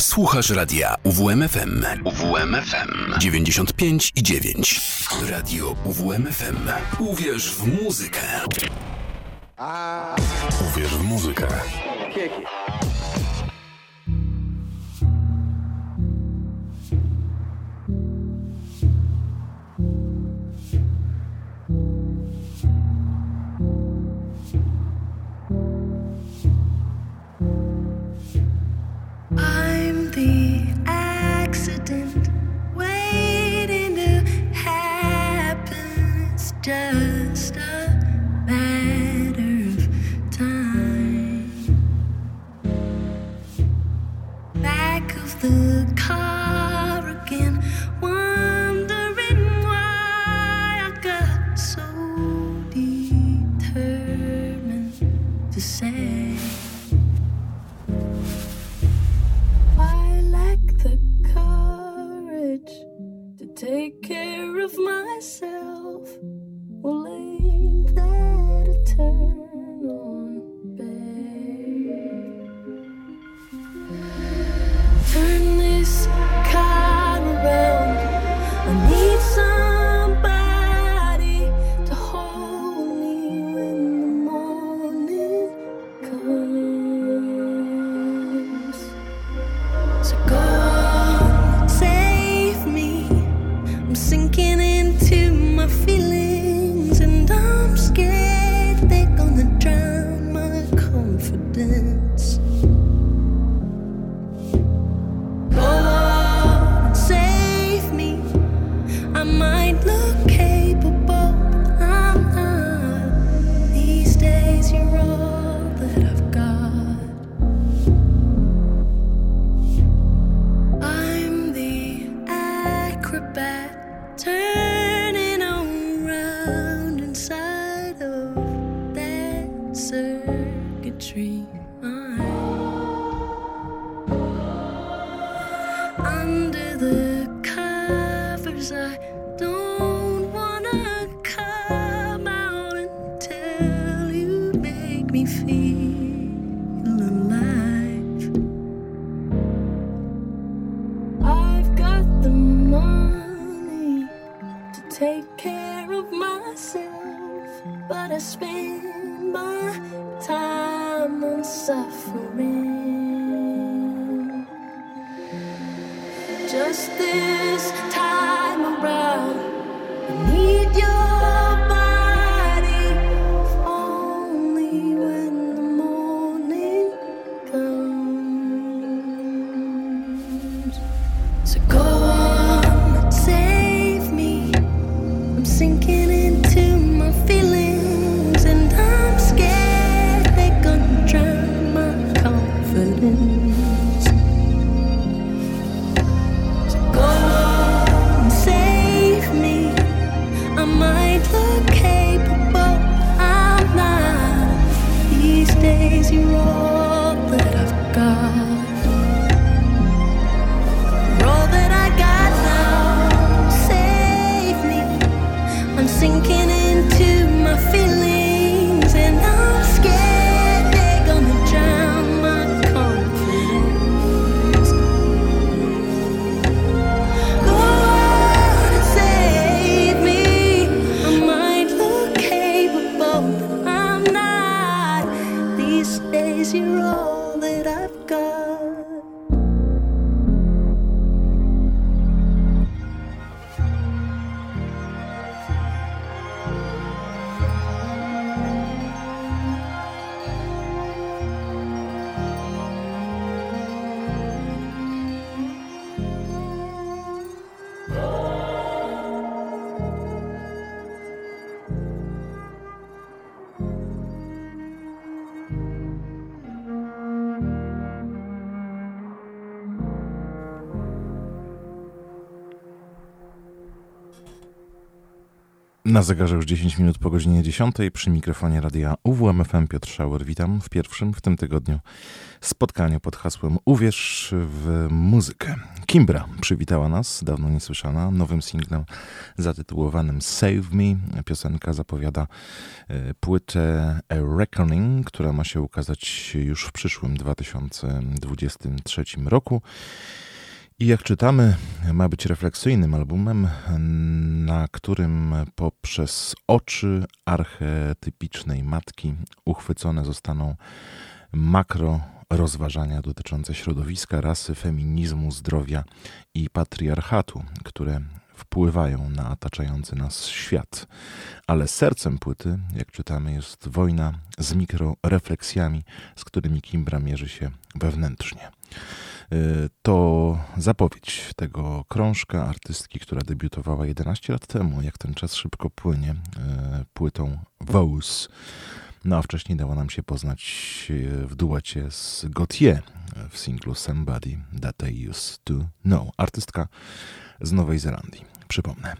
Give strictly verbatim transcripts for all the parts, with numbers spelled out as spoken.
Słuchasz radia U W M F M. U W M F M dziewięćdziesiąt pięć i dziewięć. Radio U W M F M. Uwierz w muzykę. Uwierz w muzykę. I'm the accident waiting to happen. It's just a matter of time. Back of the car again, wondering why I got so determined to say take care of myself. Well, ain't that a turn on, babe? Turn this car around. I need somebody to hold me when the morning comes. So go sinking into my feelings, and I'm scared they're gonna drown my confidence. Go on, save me. I might look capable, but I'm not. These days you're all that I've got. I'm the acrobat turning around inside of that circuitry mind. Under the covers, I don't wanna come out until you make me feel alive. I've got the money to take care of myself, but I spend my time on suffering. Just this time around, I need your body, if only when the morning comes. So go on, save me. I'm sinking into my feelings, and I'm scared they're gonna drown my confidence. So go on, save me. I might look capable, I'm not. These days you're all that I've got. You're all that I Na zegarze już dziesięć minut po godzinie dziesiątej. Przy mikrofonie radia U W M F M Piotr Szauer. Witam w pierwszym w tym tygodniu spotkaniu pod hasłem Uwierz w muzykę. Kimbra przywitała nas, dawno niesłyszana, nowym singlem zatytułowanym Save Me. Piosenka zapowiada płytę A Reckoning, która ma się ukazać już w przyszłym dwa tysiące dwudziestym trzecim roku. I jak czytamy, ma być refleksyjnym albumem, na którym poprzez oczy archetypicznej matki uchwycone zostaną makro rozważania dotyczące środowiska, rasy, feminizmu, zdrowia i patriarchatu, które wpływają na otaczający nas świat. Ale sercem płyty, jak czytamy, jest wojna z mikrorefleksjami, z którymi Kimbra mierzy się wewnętrznie. To zapowiedź tego krążka artystki, która debiutowała jedenaście lat temu, jak ten czas szybko płynie, płytą Vows. No a wcześniej dało nam się poznać w duecie z Gautier w singlu Somebody That I Used To Know. Artystka z Nowej Zelandii, przypomnę.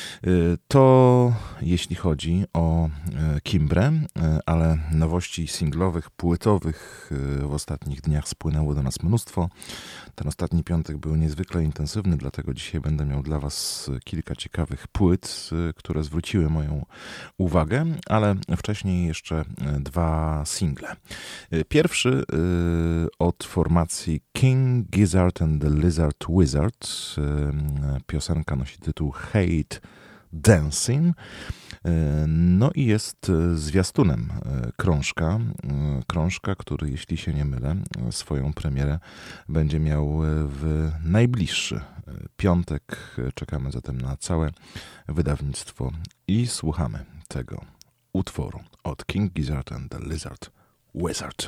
To jeśli chodzi o Kimbrę, ale nowości singlowych, płytowych w ostatnich dniach spłynęło do nas mnóstwo. Ten ostatni piątek był niezwykle intensywny, dlatego dzisiaj będę miał dla Was kilka ciekawych płyt, które zwróciły moją uwagę, ale wcześniej jeszcze dwa single. Pierwszy od formacji King Gizzard and the Lizard Wizard. Piosenka nosi tytuł Hate Dancing. No i jest zwiastunem krążka, krążka, który, jeśli się nie mylę, swoją premierę będzie miał w najbliższy piątek. Czekamy zatem na całe wydawnictwo i słuchamy tego utworu od King Gizzard and the Lizard Wizard.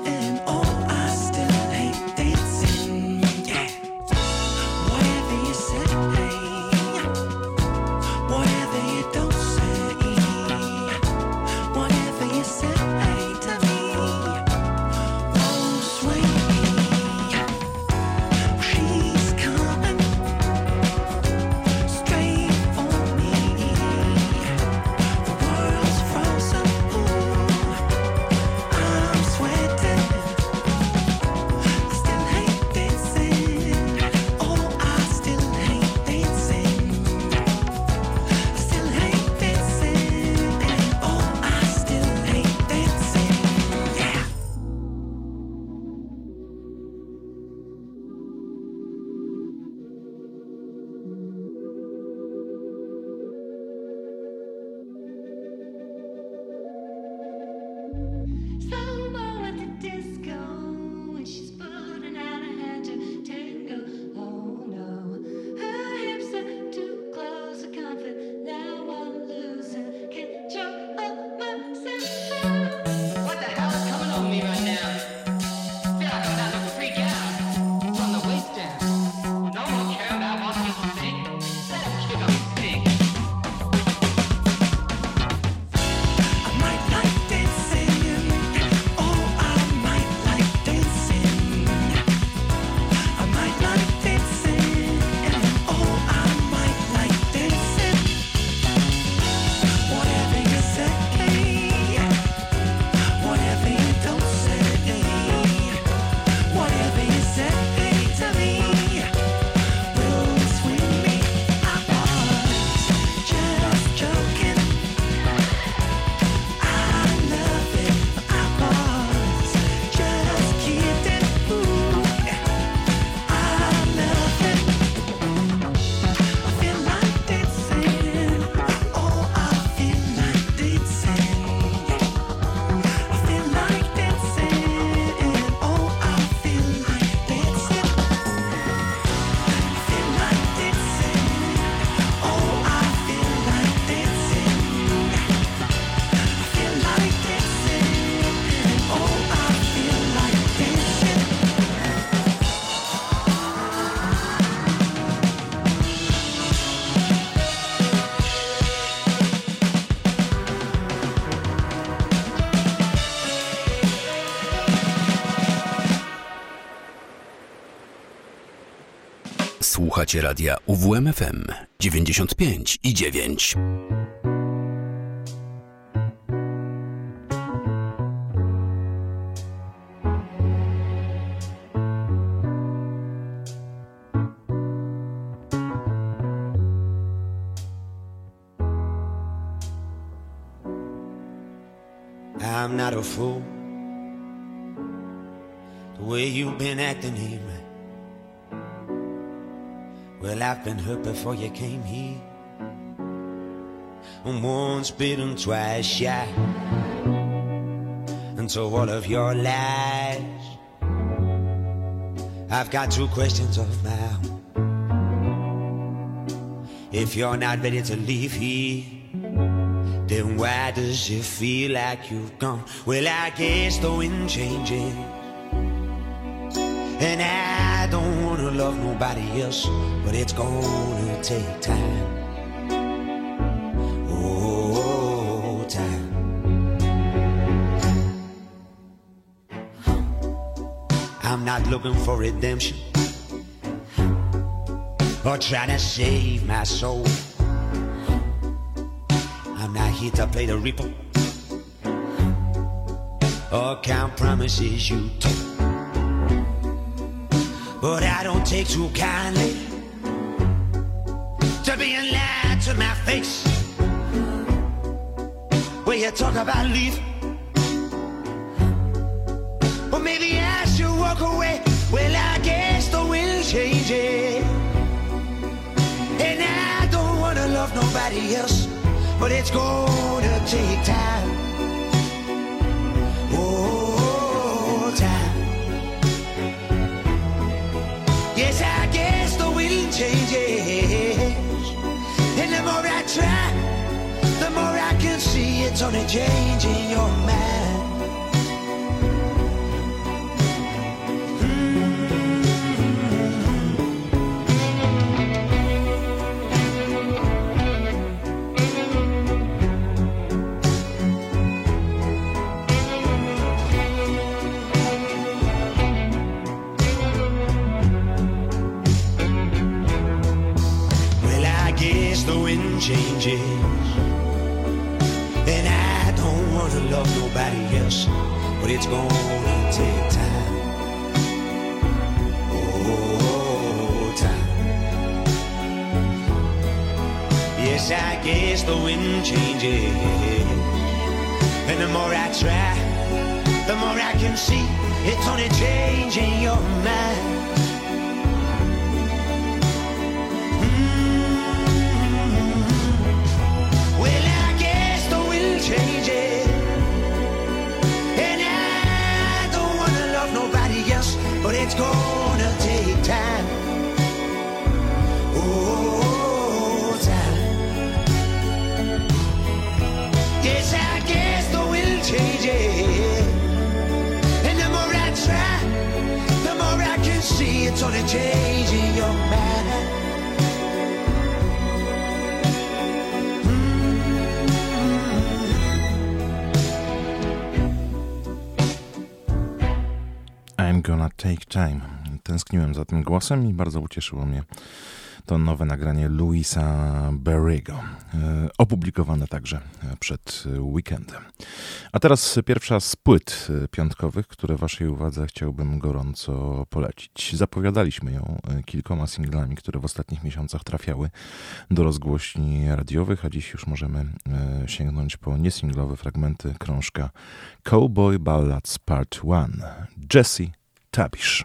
You say Słuchacie radia U W M F M dziewięćdziesiąt pięć i dziewięć. I'm not a fool. The way you've been acting here, man. Well, I've been hurt before you came here. I'm once bitten, twice shy. And so all of your lies, I've got two questions of my own. If you're not ready to leave here, then why does it feel like you've gone? Well, I guess the wind changes, and I don't wanna love nobody else, but it's gonna take time. Oh, time. I'm not looking for redemption or trying to save my soul. I'm not here to play the reaper or count promises you took. But I don't take too kindly to being lied to my face. When you talk about leaving, or maybe I should walk away. Well, I guess the wind changes, and I don't wanna love nobody else, but it's gonna take time. Oh, time. Yes, I guess the wind changes, and the more I try, the more I can see it's only changing your mind. Changes, and I don't wanna love nobody else, but it's gonna take time. Oh, time. Yes, I guess the wind changes, and the more I try, the more I can see it's only changing your mind. Changes, and I don't wanna love nobody else, but it's gonna take time. Oh, time. Yes, I guess the wind changes, and the more I try, the more I can see it's only changing your mind. I'm Gonna Take Time. Tęskniłem za tym głosem i bardzo ucieszyło mnie to nowe nagranie Louisa Berrigo, opublikowane także przed weekendem. A teraz pierwsza z płyt piątkowych, które waszej uwadze chciałbym gorąco polecić. Zapowiadaliśmy ją kilkoma singlami, które w ostatnich miesiącach trafiały do rozgłośni radiowych, a dziś już możemy sięgnąć po niesinglowe fragmenty krążka Cowboy Ballads Part One. Jesse Tabish.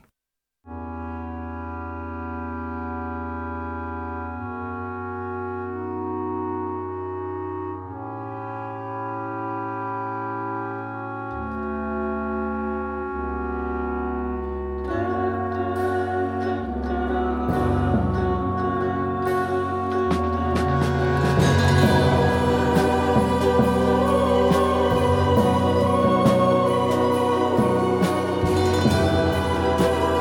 Thank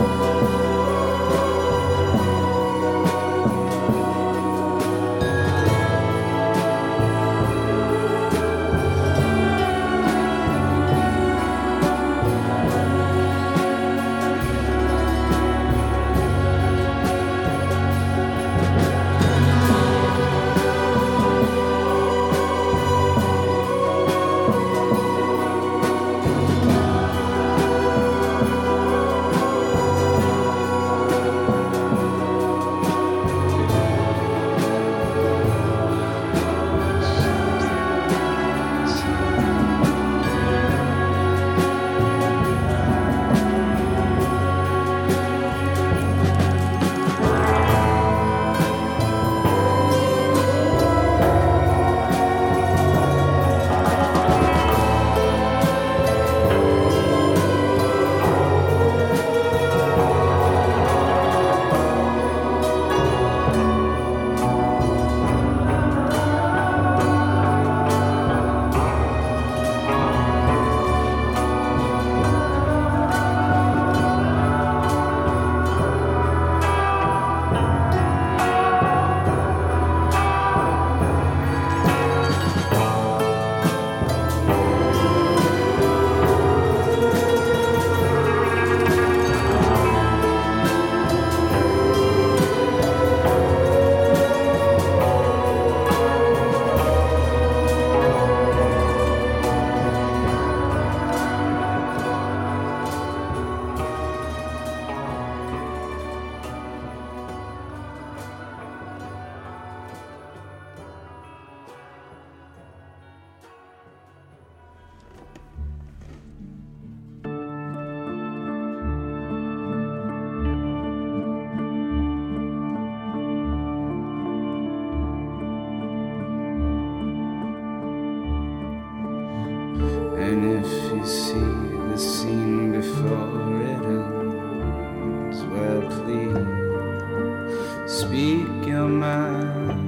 you see the scene before it ends? Well, please speak your mind.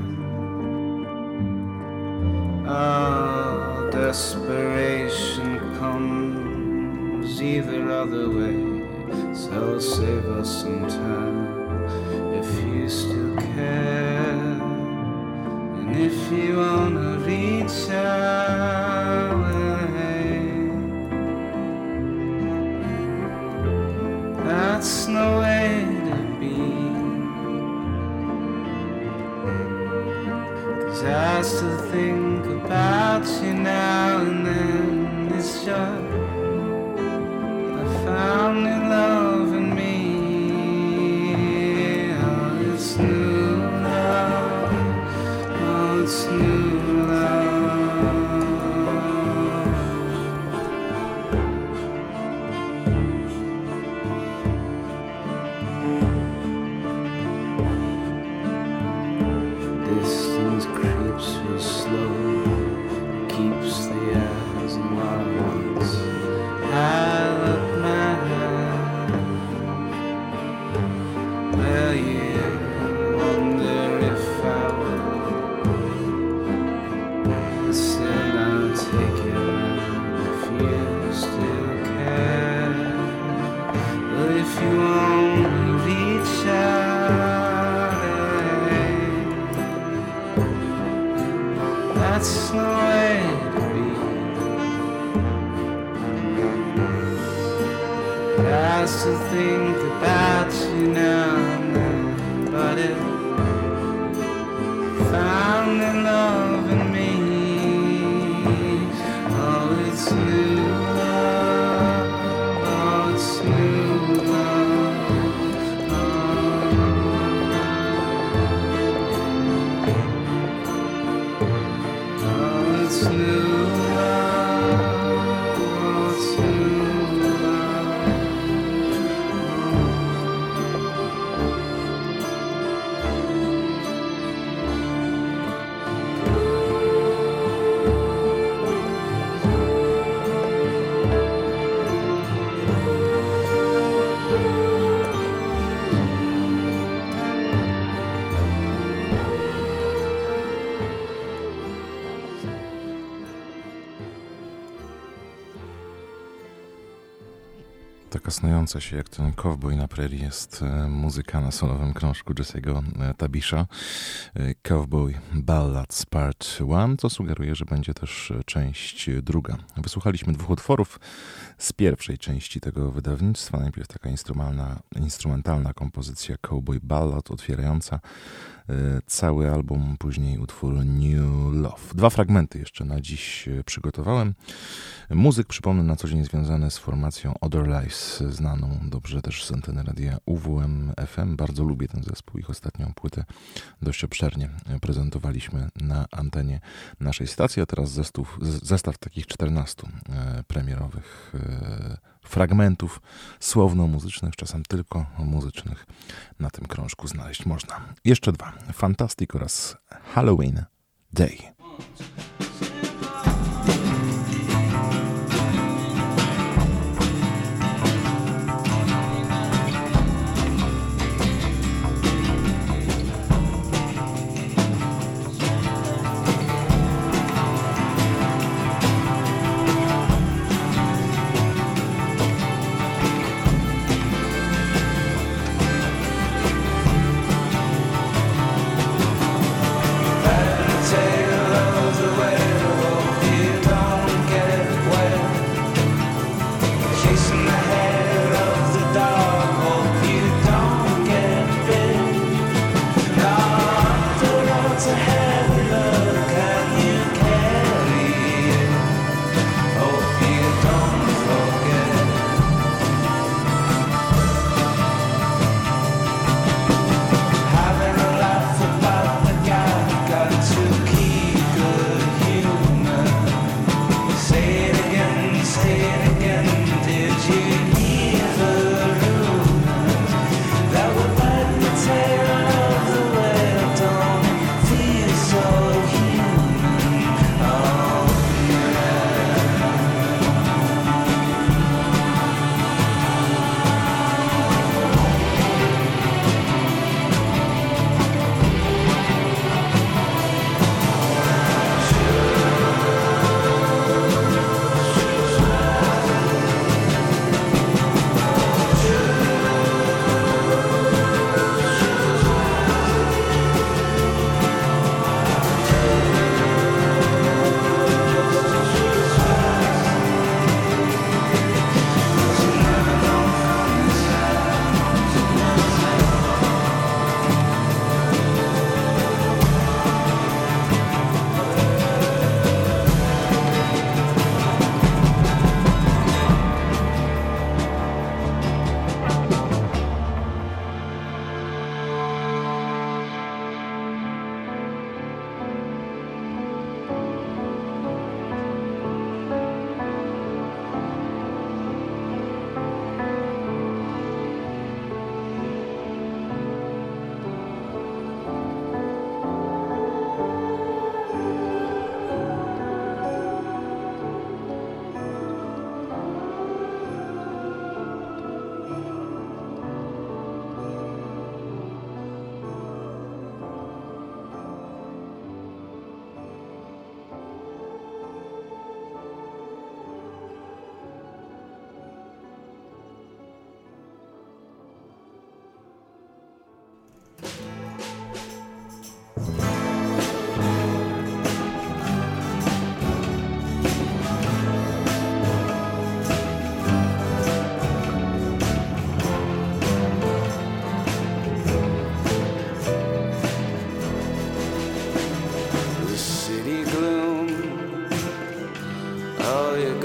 Ah, desperation comes either other way, so save us some time if you still care, and if you wanna reach our way. That's no way to be, 'cause I still think about you now and then. It's just I found new love in me. Oh, it's new love. Oh, it's new love. Distance creeps real slow, keeps the eyes and ones high up my head. Well, you wonder if I would still not take it if you still care. But if you only reach out, that's no way to be. I still think about you now and then, but it found in love in me. Oh, it's new love. Oh, it's new love. Oh, it's new love. Oh, it's new love. Taka snująca się jak ten Cowboy na Prairie jest e, muzyka na solowym krążku Jesse'ego e, Tabisha. E, Cowboy Ballads Part jeden, co sugeruje, że będzie też e, część druga. Wysłuchaliśmy dwóch utworów z pierwszej części tego wydawnictwa. Najpierw taka instrumentalna, instrumentalna kompozycja Cowboy Ballad otwierająca cały album, później utwór New Love. Dwa fragmenty jeszcze na dziś przygotowałem. Muzyk, przypomnę, na co dzień związany z formacją Other Lives, znaną dobrze też z anteny radia U W M F M. Bardzo lubię ten zespół. Ich ostatnią płytę dość obszernie prezentowaliśmy na antenie naszej stacji, a teraz zestaw, zestaw takich czternastu premierowych fragmentów słowno-muzycznych, czasem tylko muzycznych, na tym krążku znaleźć można. Jeszcze dwa. Fantastic oraz Halloween Day. Take a look.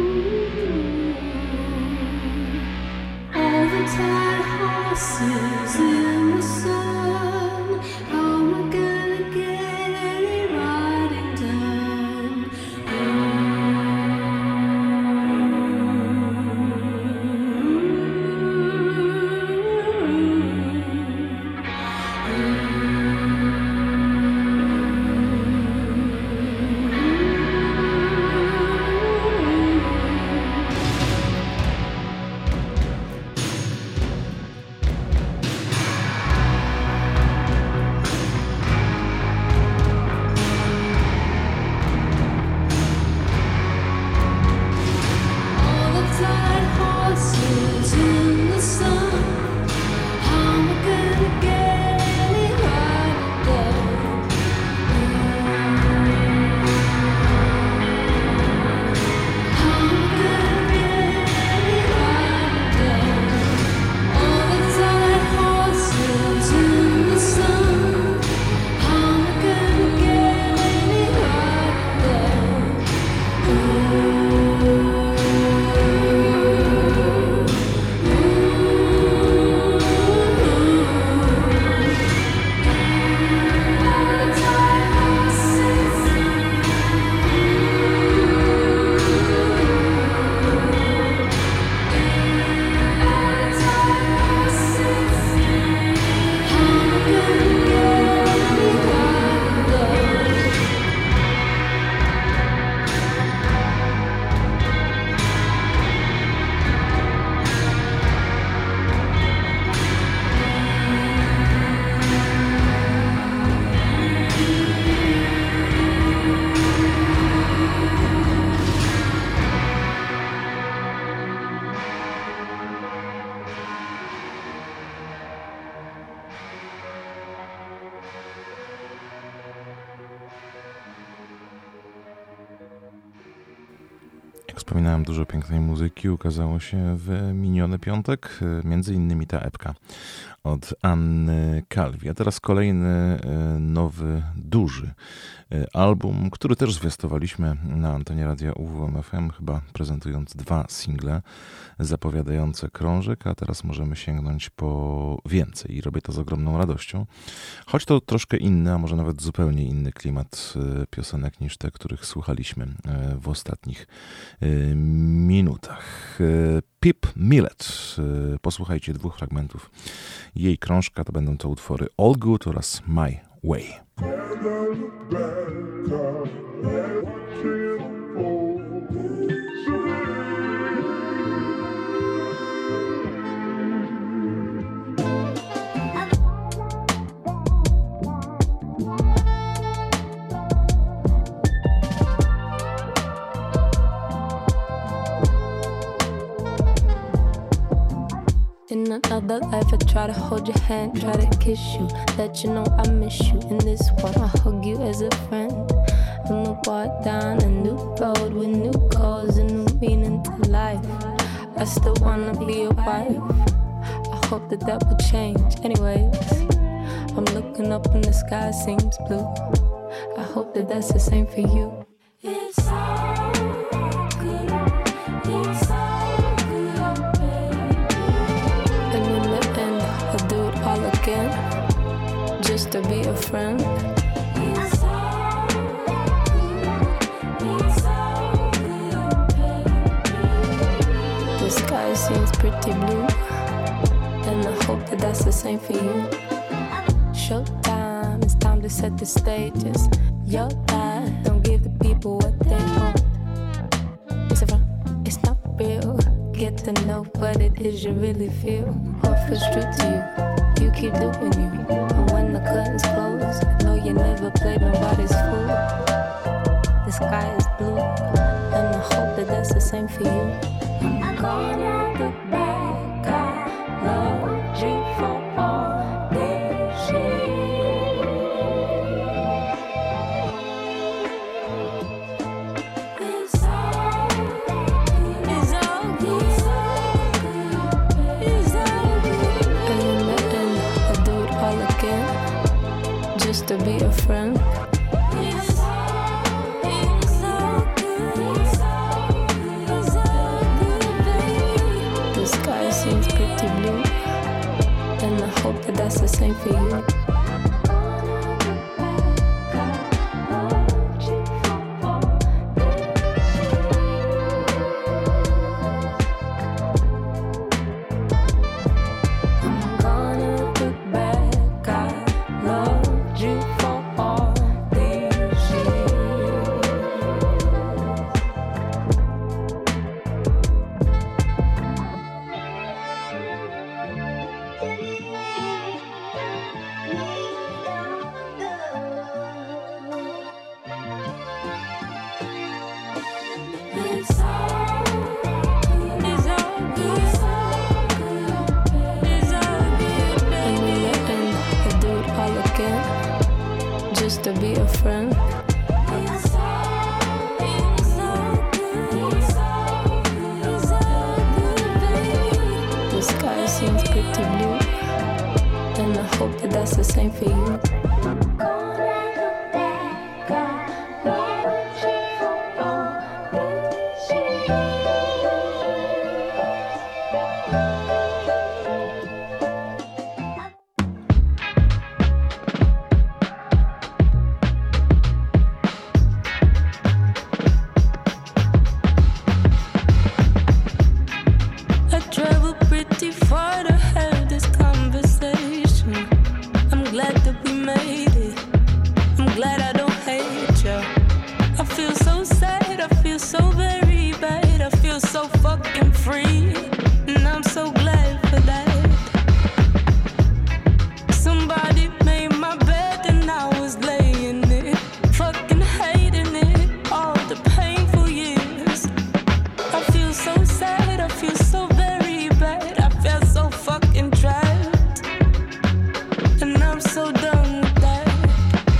home. Jak wspominałem, dużo pięknej muzyki ukazało się w miniony piątek, między innymi ta epka od Anny Calvi. A teraz kolejny nowy, duży album, który też zwiastowaliśmy na antenie radia U W M F M, chyba prezentując dwa single zapowiadające krążek, a teraz możemy sięgnąć po więcej i robię to z ogromną radością. Choć to troszkę inny, a może nawet zupełnie inny klimat piosenek niż te, których słuchaliśmy w ostatnich minutach. Pip Millet. Posłuchajcie dwóch fragmentów jej krążka, to będą to utwory All Good oraz My Way. In another life I try to hold your hand, try to kiss you, let you know I miss you. In this one I hug you as a friend. I'm gonna walk down a new road with new goals and new meaning to life. I still wanna be your wife, I hope that that will change. Anyways, I'm looking up and the sky seems blue. I hope that that's the same for you. It's all good, it's all good, baby. And in the end, I'll do it all again, just to be a friend. It's all good, it's all good, baby. The sky seems pretty blue, and I hope that that's the same for you. Showtime, it's time to set the stages. Your life, don't give the people what they want. It's a front, it's not real. Get to know what it is you really feel. What feels true to you, you keep doing you. And when the curtains close, I know you never played nobody's fool. The sky is blue, and I hope that that's the same for you. I'm gonna look back, I loved you for all these years. Just to be a friend. It's all, it's all good, it's all good, it's all good, baby. The sky seems pretty blue, and I hope that that's the same for you. Just to be a friend. It's all, it's all good, it's all good, it's all good, baby. The sky seems pretty blue, and I hope that that's the same for you.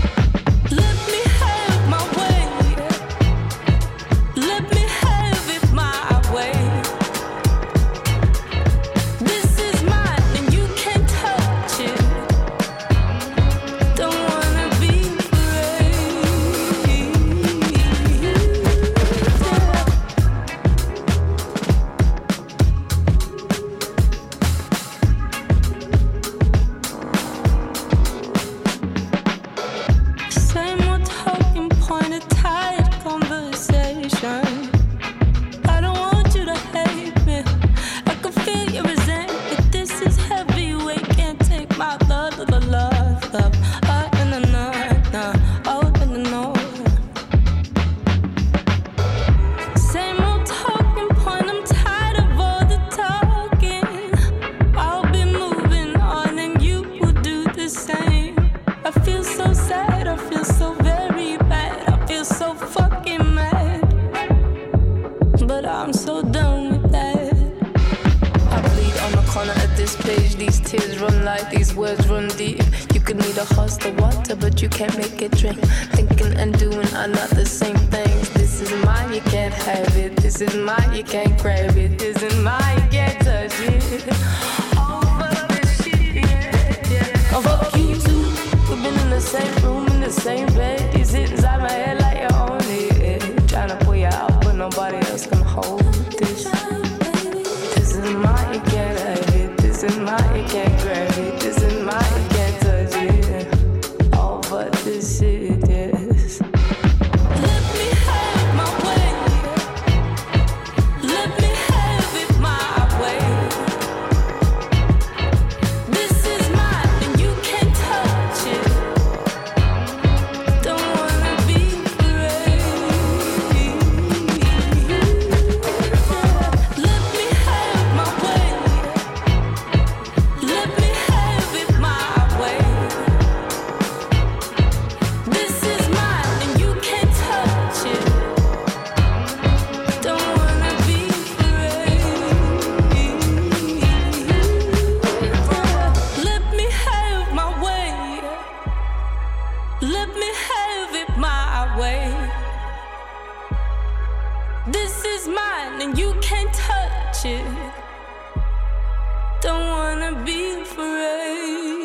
Let me have feel so sad, I feel so very bad, I feel so fucking mad. But I'm so done with that. I bleed on the corner of this page. These tears run like these words run deep. You could need a horse to water, but you can't make it drink. Thinking and doing are not the same things. This is mine, you can't have it. This is mine, you can't grab it. This is mine, you can't touch it. Oh, fuck this shit, yeah, yeah. Oh, fuck you too. We've been in the same room, in the same bed. You sit inside my head like you own it. Trying to pull you out, but nobody else can hold this. This is mine, you can't have it. This is mine, you can't grab it. This is mine, you can't touch it. All but this shit, yes. Let me have my way. Let me have it my way. This is mine and you can't touch it. Don't wanna be afraid. Let me have my way. Let me have it my way. This is mine and you can't touch it. Don't wanna be afraid. Let me have my way. Let me have it my way. This is mine and you can't touch it. Don't wanna be afraid.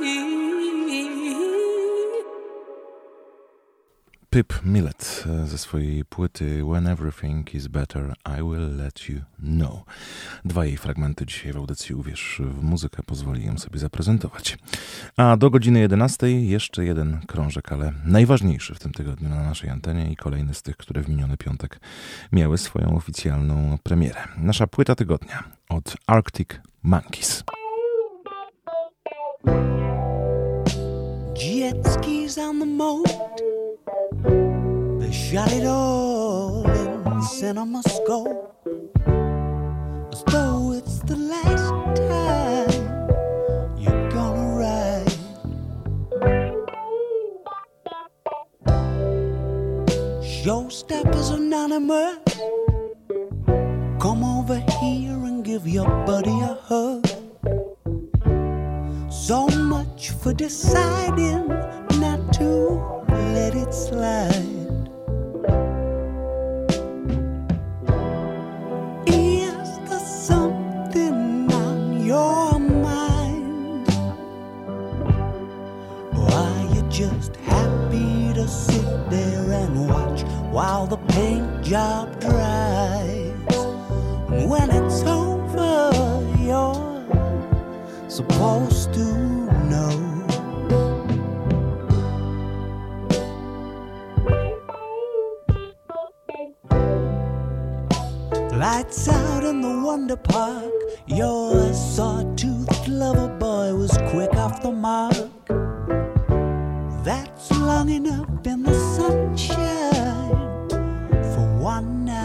Pip Millet ze swojej płyty When Everything Is Better, I Will Let You Know. Dwa jej fragmenty dzisiaj w audycji Uwierz w muzykę pozwoliłem sobie zaprezentować. A do godziny jedenastej jeszcze jeden krążek, ale najważniejszy w tym tygodniu na naszej antenie i kolejny z tych, które w miniony piątek miały swoją oficjalną premierę. Nasza płyta tygodnia od Arctic Monkeys. Jet skis on the moat, they shot it all in cinema scope, as though it's the last time you're gonna ride. Showstoppers Anonymous, come over here and give your buddy a hug. So much for deciding not to let it slide. Is there something on your mind? Or are you just happy to sit there and watch while the paint job dries? And when it's over, you're supposed to know. Lights out in the Wonder Park, your sawtooth lover boy was quick off the mark. That's long enough in the sunshine for one night.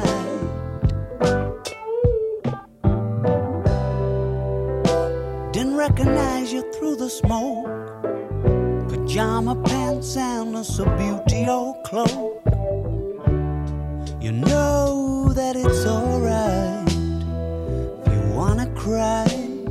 Didn't recognize you through the smoke, pajama pants and a Subbuteo cloak. You know that it's alright if you wanna cry.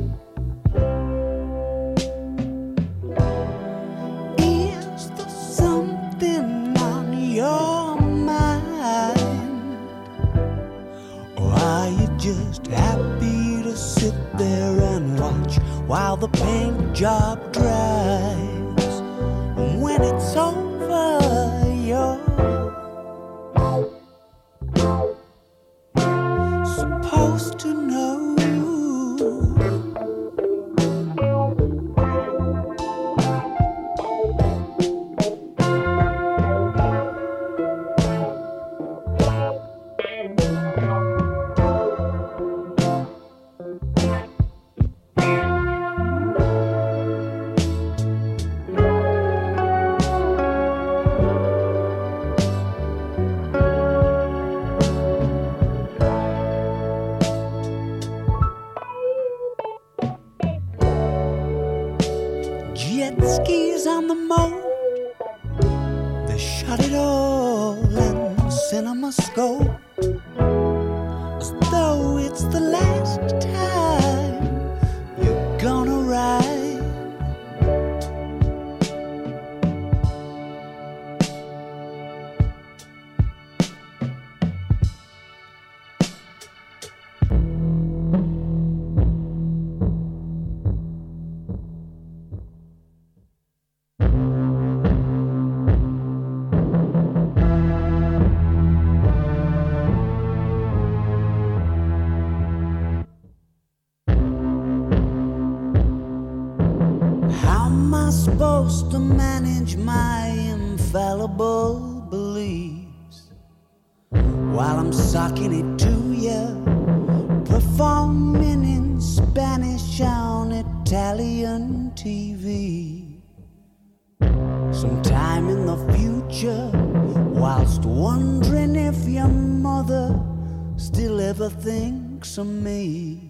Is there something on your mind? Or are you just happy to sit there and watch while the paint job dries? And when it's over, you're supposed to know. cinemascope, as though it's the last time you're gonna ride. Supposed to manage my infallible beliefs while I'm sucking it to you, performing in Spanish on Italian T V. Sometime in the future, whilst wondering if your mother still ever thinks of me.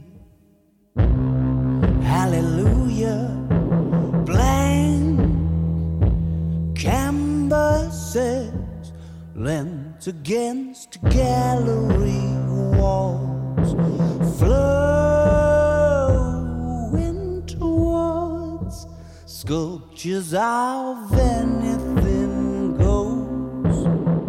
Hallelujah. Blank canvases lent against gallery walls, flowing towards sculptures of anything goes.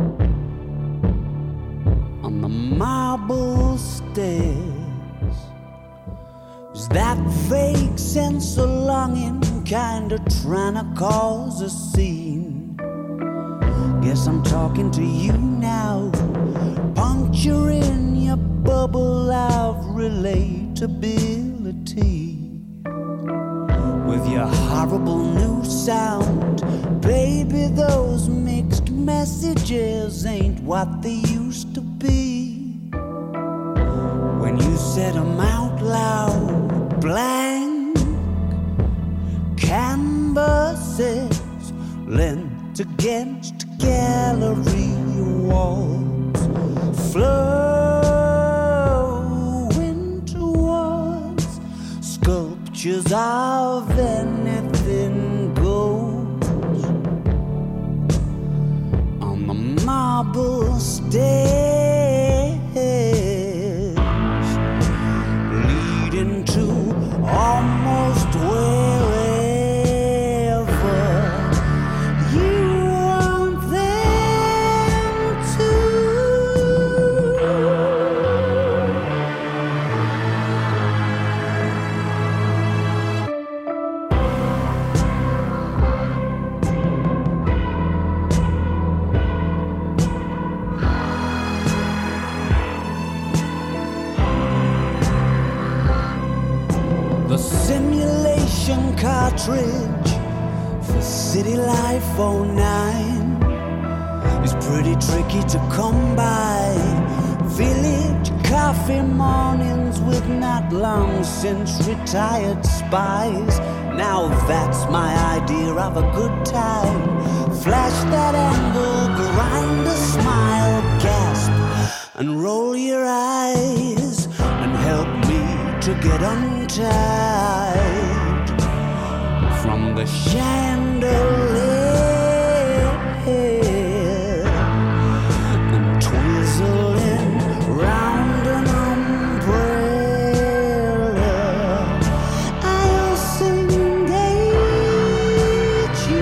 On the marble stairs, is that vague sense of longing kinda trying to cause a scene? Guess I'm talking to you now, puncturing your bubble of relatability with your horrible new sound. Baby, those mixed messages ain't what they used to be. When you said them out loud, blank canvases lent against gallery walls, flowing towards sculptures of anything goes. On the marble stairs leading to almost where cartridge for City Life oh nine is pretty tricky to come by. Village coffee mornings with not long since retired spies. Now that's my idea of a good time. Flash that angle, grind a smile, gasp and roll your eyes and help me to get untied from the chandelier and twizzling round an umbrella. I'll engage you.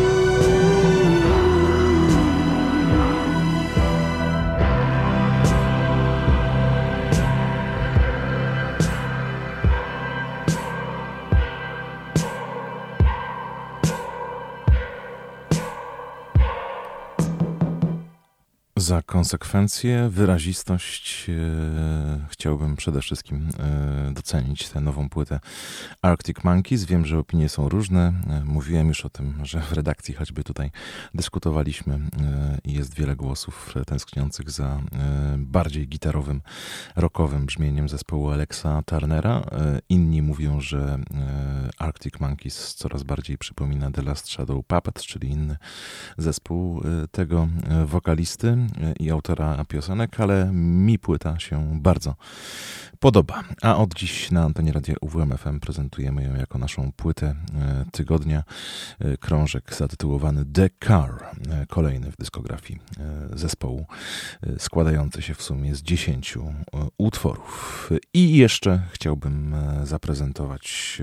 Za konsekwencje, wyrazistość e, chciałbym przede wszystkim e, docenić tę nową płytę Arctic Monkeys. Wiem, że opinie są różne. E, mówiłem już o tym, że w redakcji choćby tutaj dyskutowaliśmy i e, jest wiele głosów tęskniących za e, bardziej gitarowym, rockowym brzmieniem zespołu Alexa Turnera. E, inni mówią, że e, Arctic Monkeys coraz bardziej przypomina The Last Shadow Puppets, czyli inny zespół e, tego e, wokalisty. i autora piosenek, ale mi płyta się bardzo podoba. A od dziś na antenie Radia U W M F M prezentujemy ją jako naszą płytę tygodnia. Krążek zatytułowany The Car, kolejny w dyskografii zespołu, składający się w sumie z dziesięciu utworów. I jeszcze chciałbym zaprezentować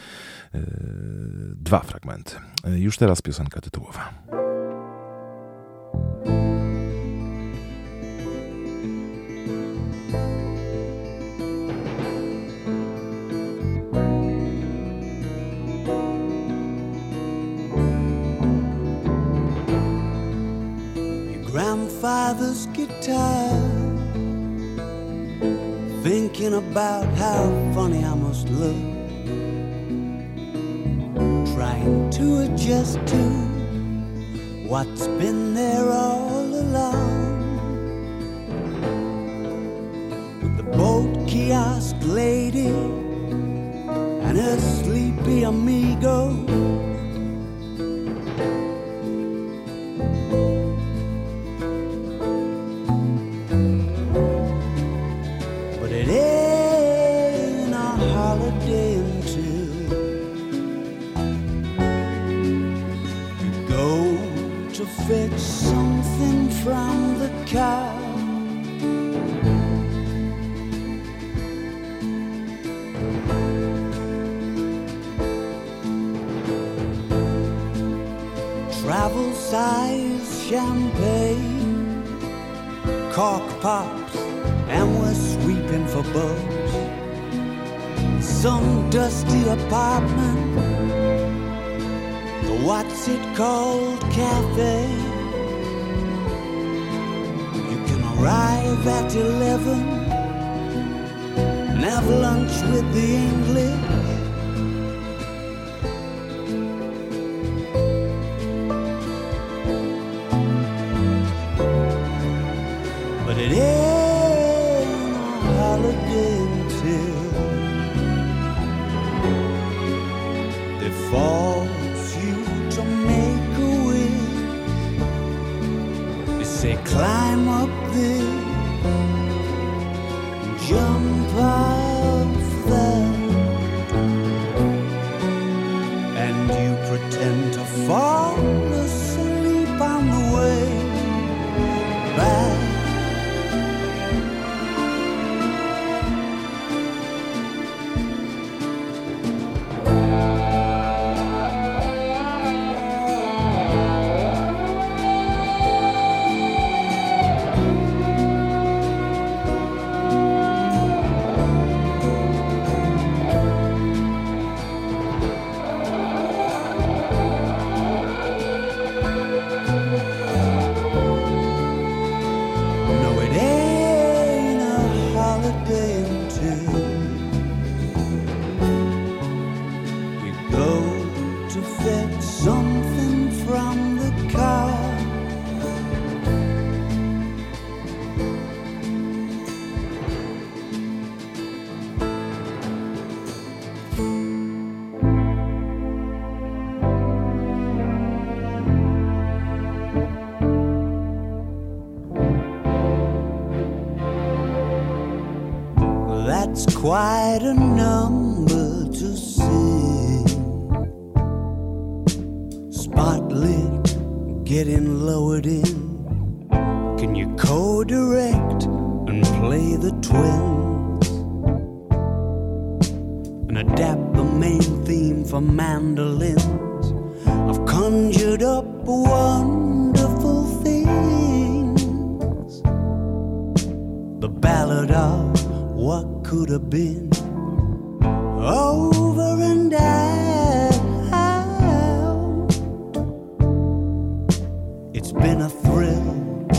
dwa fragmenty. Już teraz piosenka tytułowa. Grandfather's guitar, thinking about how funny I must look, trying to adjust to what's been there all along. With the boat kiosk lady and her sleepy amigo, fetch something from the car. Travel size champagne, cork pops, and we're sweeping for bugs. Some dusty apartment, the what's it called cafe. You can arrive at eleven and have lunch with the English. But it ain't a holiday until they force you to make a wish. They say climb up this, jump off that, and you pretend to fall asleep on the way back. That's quite a number to sing. Spotlit, getting lowered in. Can you co-direct and play the twins? And adapt the main theme for mandolins? I've conjured up wonderful things. The ballad of what could have been, over and out. It's been a thrill.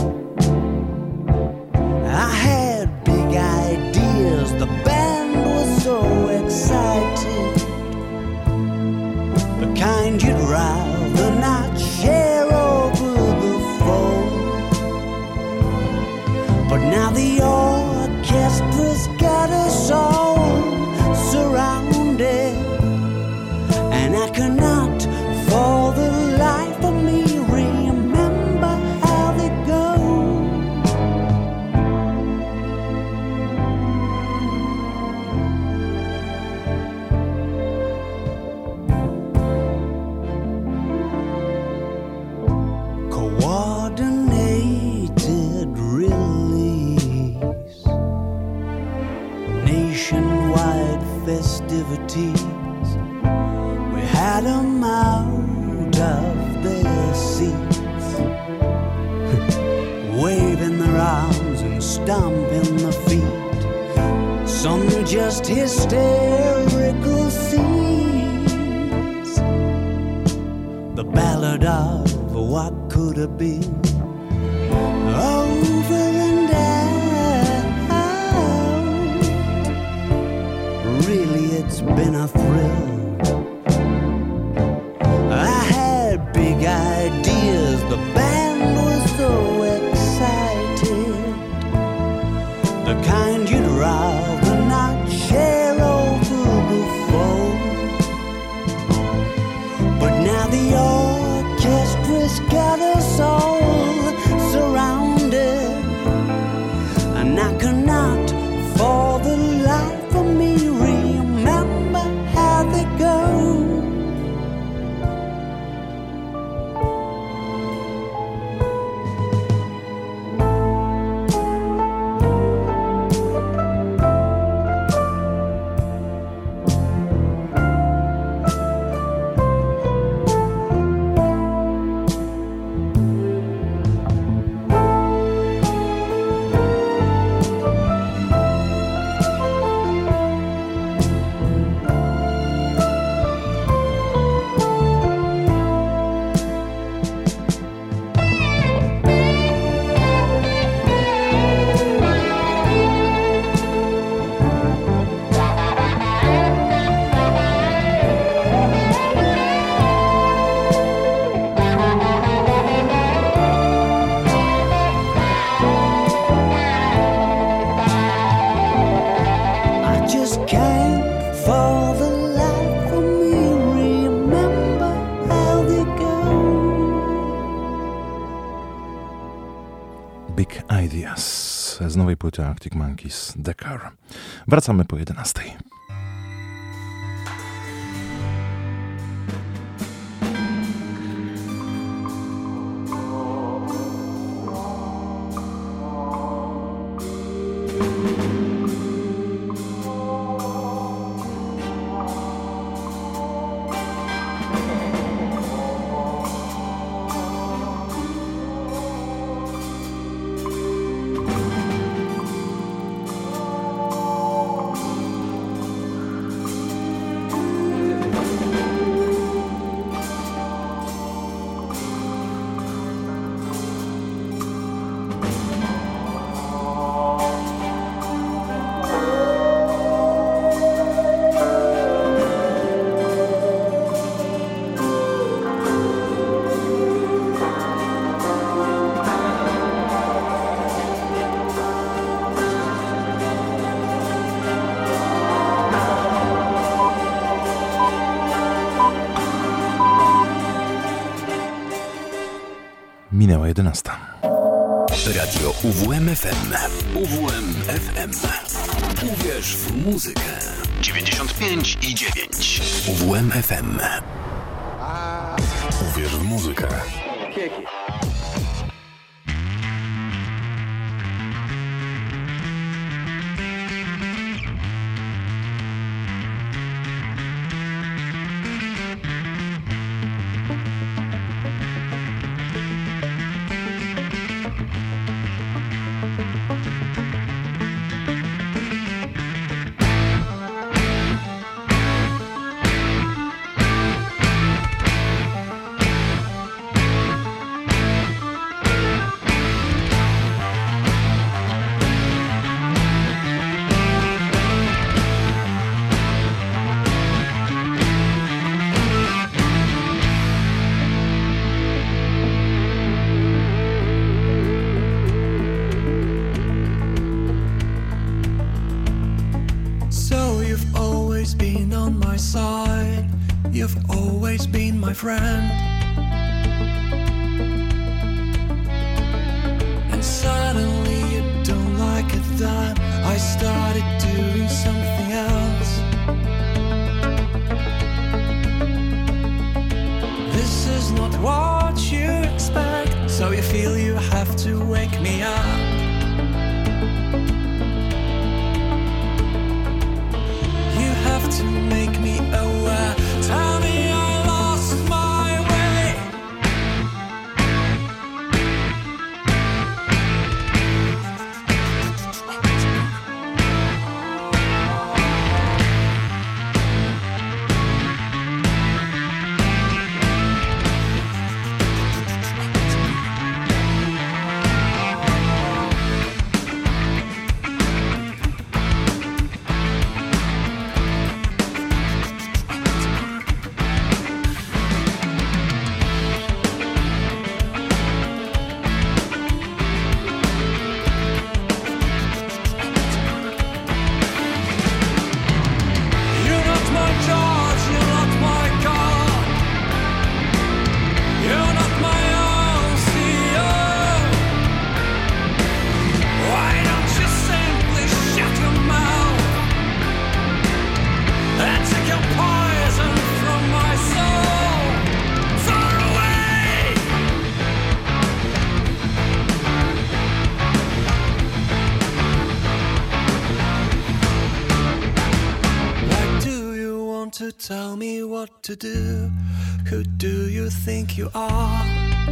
I had big ideas, the band was so excited, the kind you'd rather not share over the phone. But now the orchestra's got us all surrounded, and I cannot for the life of me remember seats, waving their arms and stomping their feet. Some just hysterical scenes, the ballad of what could have been. Over and out, really it's been a thrill. I had big ideas, the band was so excited, the kind you'd rather not share over the phone. But now the orchestra's got us all surrounded, and I cannot for the life of me remember how they go. Z nowej płyty Arctic Monkeys, The Car. Wracamy po jedenastej. Minęła jedenasta. Radio U W M F M. U W M F M. Uwierz w muzykę. dziewięćdziesiąt pięć i dziewięć. U W M F M. Uwierz w muzykę. Friend, and suddenly you don't like it that I started doing something else. This is not what you expect, so you feel you have to wake me up. You have to make me aware. Tell me I lost my way. tell me what to do. Who do you think you are?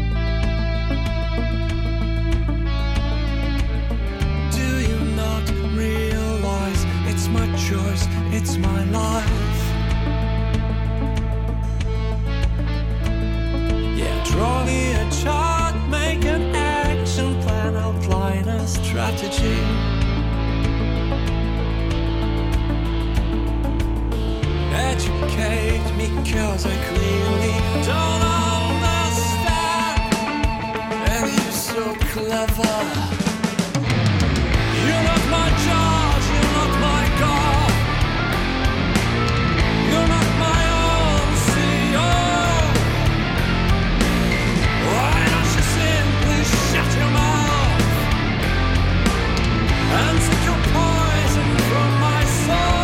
Do you not realize it's my choice, it's my life? Yeah, draw me a chart, make an action plan, outline a strategy. Educate me, cause I clearly don't understand. And you're so clever. You're not my judge, you're not my God. You're not my own C E O. Why don't you simply shut your mouth and take your poison from my soul?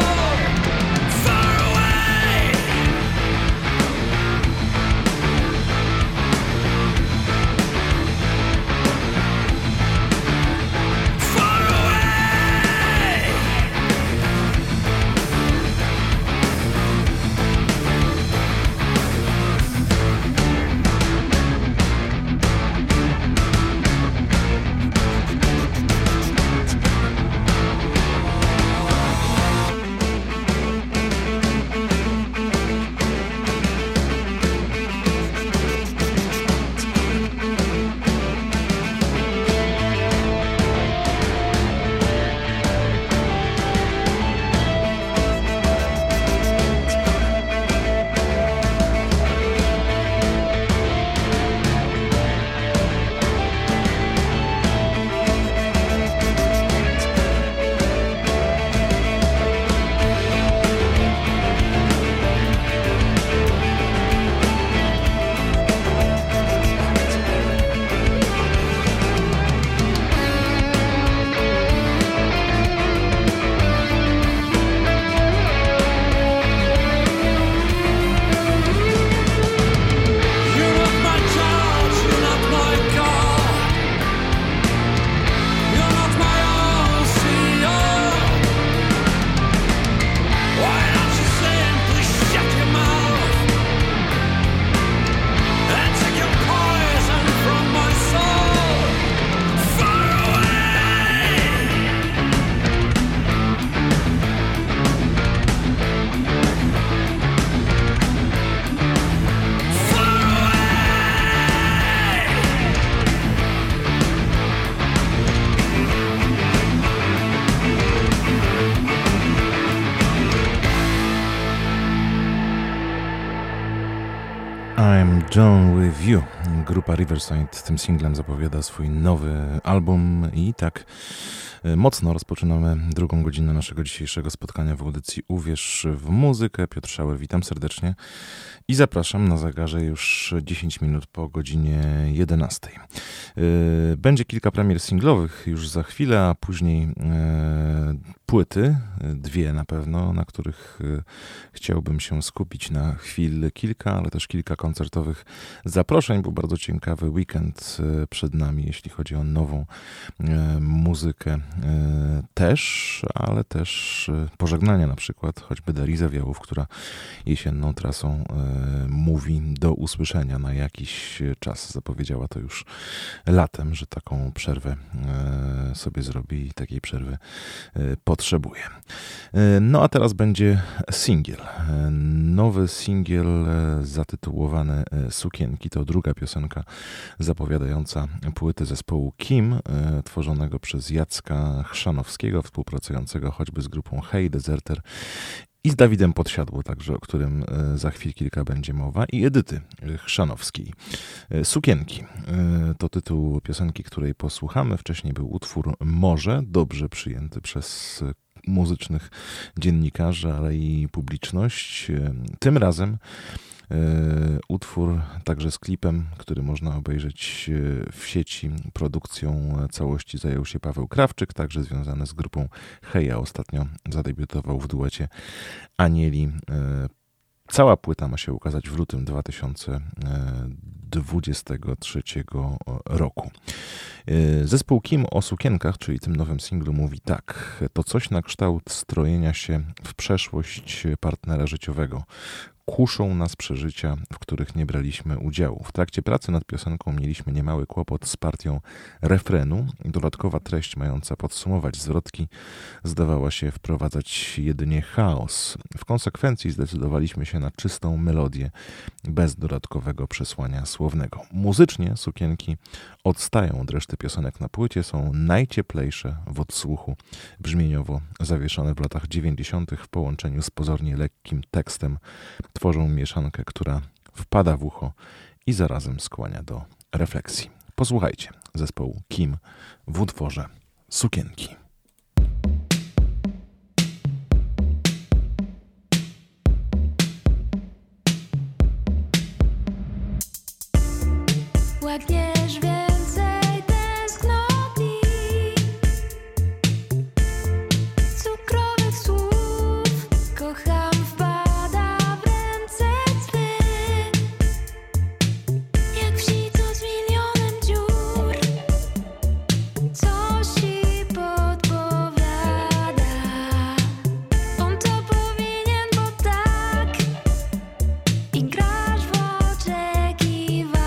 John With You. Grupa Riverside tym singlem zapowiada swój nowy album i tak mocno rozpoczynamy drugą godzinę naszego dzisiejszego spotkania w audycji Uwierz w muzykę. Piotr Szauer, witam serdecznie i zapraszam na zegarze już dziesięć minut po godzinie jedenastej. Będzie kilka premier singlowych już za chwilę, a później płyty, dwie na pewno, na których chciałbym się skupić na chwilę kilka, ale też kilka koncertowych zaproszeń, bo bardzo ciekawy weekend przed nami, jeśli chodzi o nową muzykę też, ale też pożegnania na przykład, choćby Darii Zawiałów, która jesienną trasą mówi do usłyszenia na jakiś czas. Zapowiedziała to już latem, że taką przerwę sobie zrobi i takiej przerwy potrzebuje. No a teraz będzie singiel. Nowy singiel zatytułowany Sukienki. To druga piosenka zapowiadająca płyty zespołu Kim, tworzonego przez Jacka Chrzanowskiego, współpracującego choćby z grupą Hey, Deserter i z Dawidem Podsiadło, także o którym za chwil kilka będzie mowa, i Edyty Chrzanowskiej. Sukienki to tytuł piosenki, której posłuchamy. Wcześniej był utwór Morze, dobrze przyjęty przez muzycznych dziennikarzy, ale i publiczność. Tym razem utwór także z klipem, który można obejrzeć w sieci. Produkcją całości zajął się Paweł Krawczyk, także związany z grupą Heja. Ostatnio zadebiutował w duecie Anieli Cała płyta ma się ukazać w lutym dwa tysiące dwudziestego trzeciego roku. Zespół Kim o sukienkach, czyli tym nowym singlu, mówi tak. To coś na kształt strojenia się w przeszłość partnera życiowego. Kuszą nas przeżycia, w których nie braliśmy udziału. W trakcie pracy nad piosenką mieliśmy niemały kłopot z partią refrenu. Dodatkowa treść mająca podsumować zwrotki zdawała się wprowadzać jedynie chaos. W konsekwencji zdecydowaliśmy się na czystą melodię, bez dodatkowego przesłania słownego. Muzycznie sukienki odstają od reszty piosenek na płycie, są najcieplejsze w odsłuchu, brzmieniowo zawieszone w latach dziewięćdziesiątych w połączeniu z pozornie lekkim tekstem. Tworzą mieszankę, która wpada w ucho i zarazem skłania do refleksji. Posłuchajcie zespołu Kim w utworze Sukienki. Łakniesz więcej tęsknoty, cukrowych słów, kocham wpada w ręce twe, jak w sito z milionem dziur, coś ci podpowiada, on to powinien, bo tak, i grasz w oczekiwania.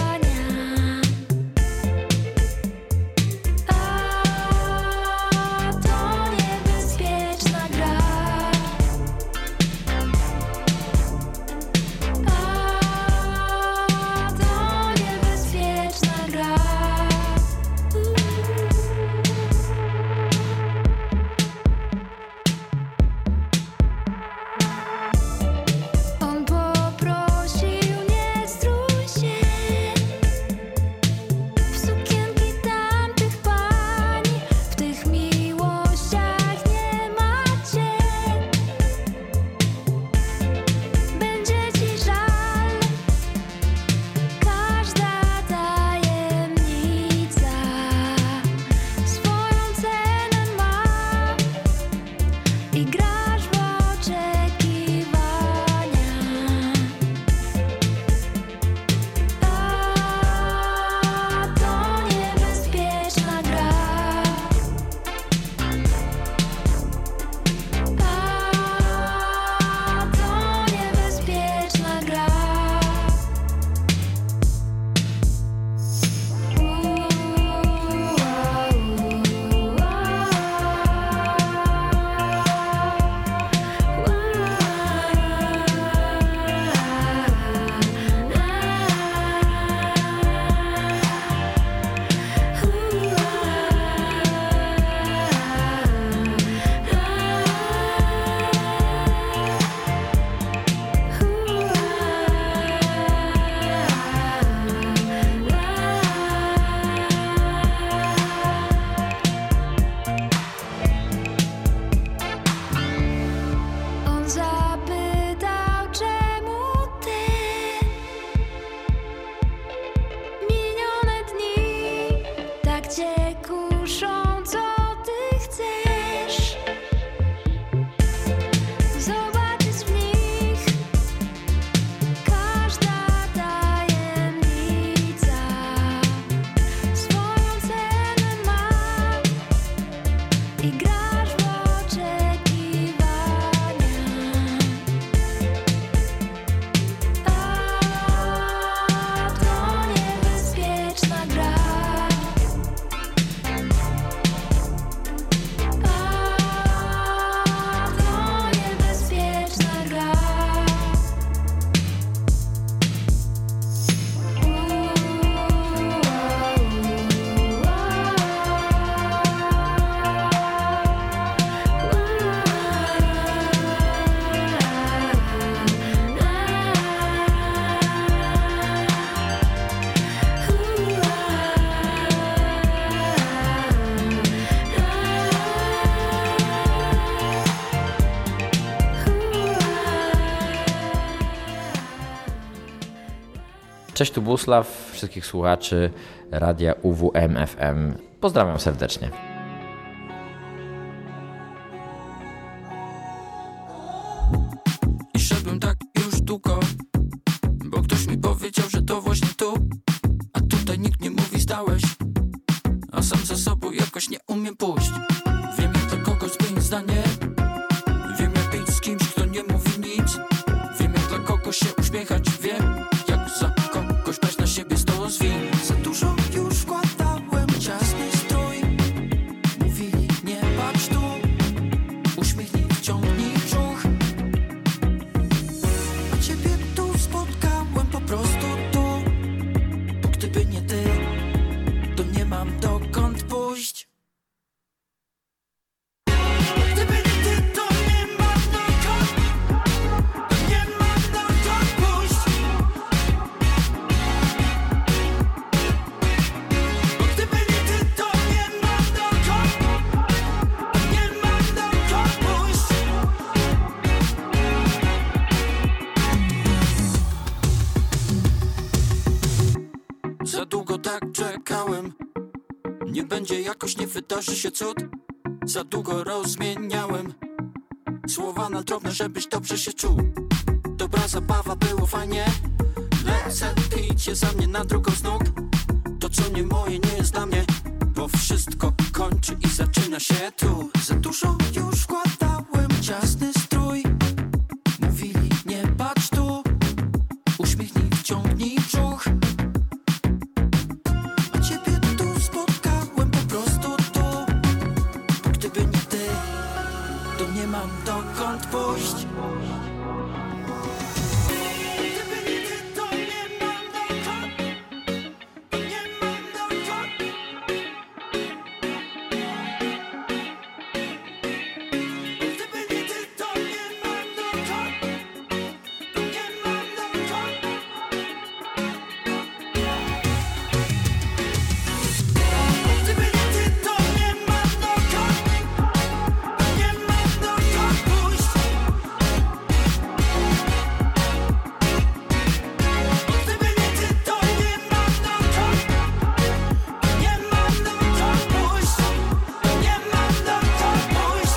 Cześć, tu Busław, wszystkich słuchaczy radia U W M F M. Pozdrawiam serdecznie. I szedłem tak już nikt nie mówi zdałeś, a sam za sobą jakoś nie umiem pójść. Wiem jak dla kogoś zmienić zdanie, wiem jak być z kimś, kto nie mówi nic. Wiem jak dla kogoś się uśmiechać, wiem jak za kogoś brać na siebie sto zwin. Za dużo już wkładałem ciasny strój, mówili nie patrz tu, uśmiechnij, wciągnij brzuch. A ciebie tu spotkałem po prostu tu, bo gdyby nie ty, to nie mam dokąd pójść. Gdyby nie ty, to nie mam dokąd, nie mam dokąd pójść. Bo gdyby nie ty, to nie mam dokąd, nie mam dokąd pójść. Za długo tak czekałem, nie będzie jakoś, nie wydarzy się cud. Za długo rozmieniałem słowa na drobne, żebyś dobrze się czuł. Dobra zabawa, było fajnie, lecę pić je za mnie na drugą z nóg. To co nie moje nie jest dla mnie, bo wszystko kończy i zaczyna się tu. Za dużo już wkładałem ciasny strój, mówili nie patrz tu, uśmiechnij, wciągnij brzuch. A ciebie tu spotkałem po prostu tu, bo gdyby nie ty, to nie mam dokąd pójść. Gdyby nie ty, to nie mam dokąd, nie mam dokąd. Gdyby nie ty, to nie mam dokąd, nie mam dokąd. Gdyby nie ty, to nie mam dokąd, nie mam dokąd pójść. Gdyby nie ty, to nie mam dokąd, nie mam dokąd pójść, nie mam dokąd pójść.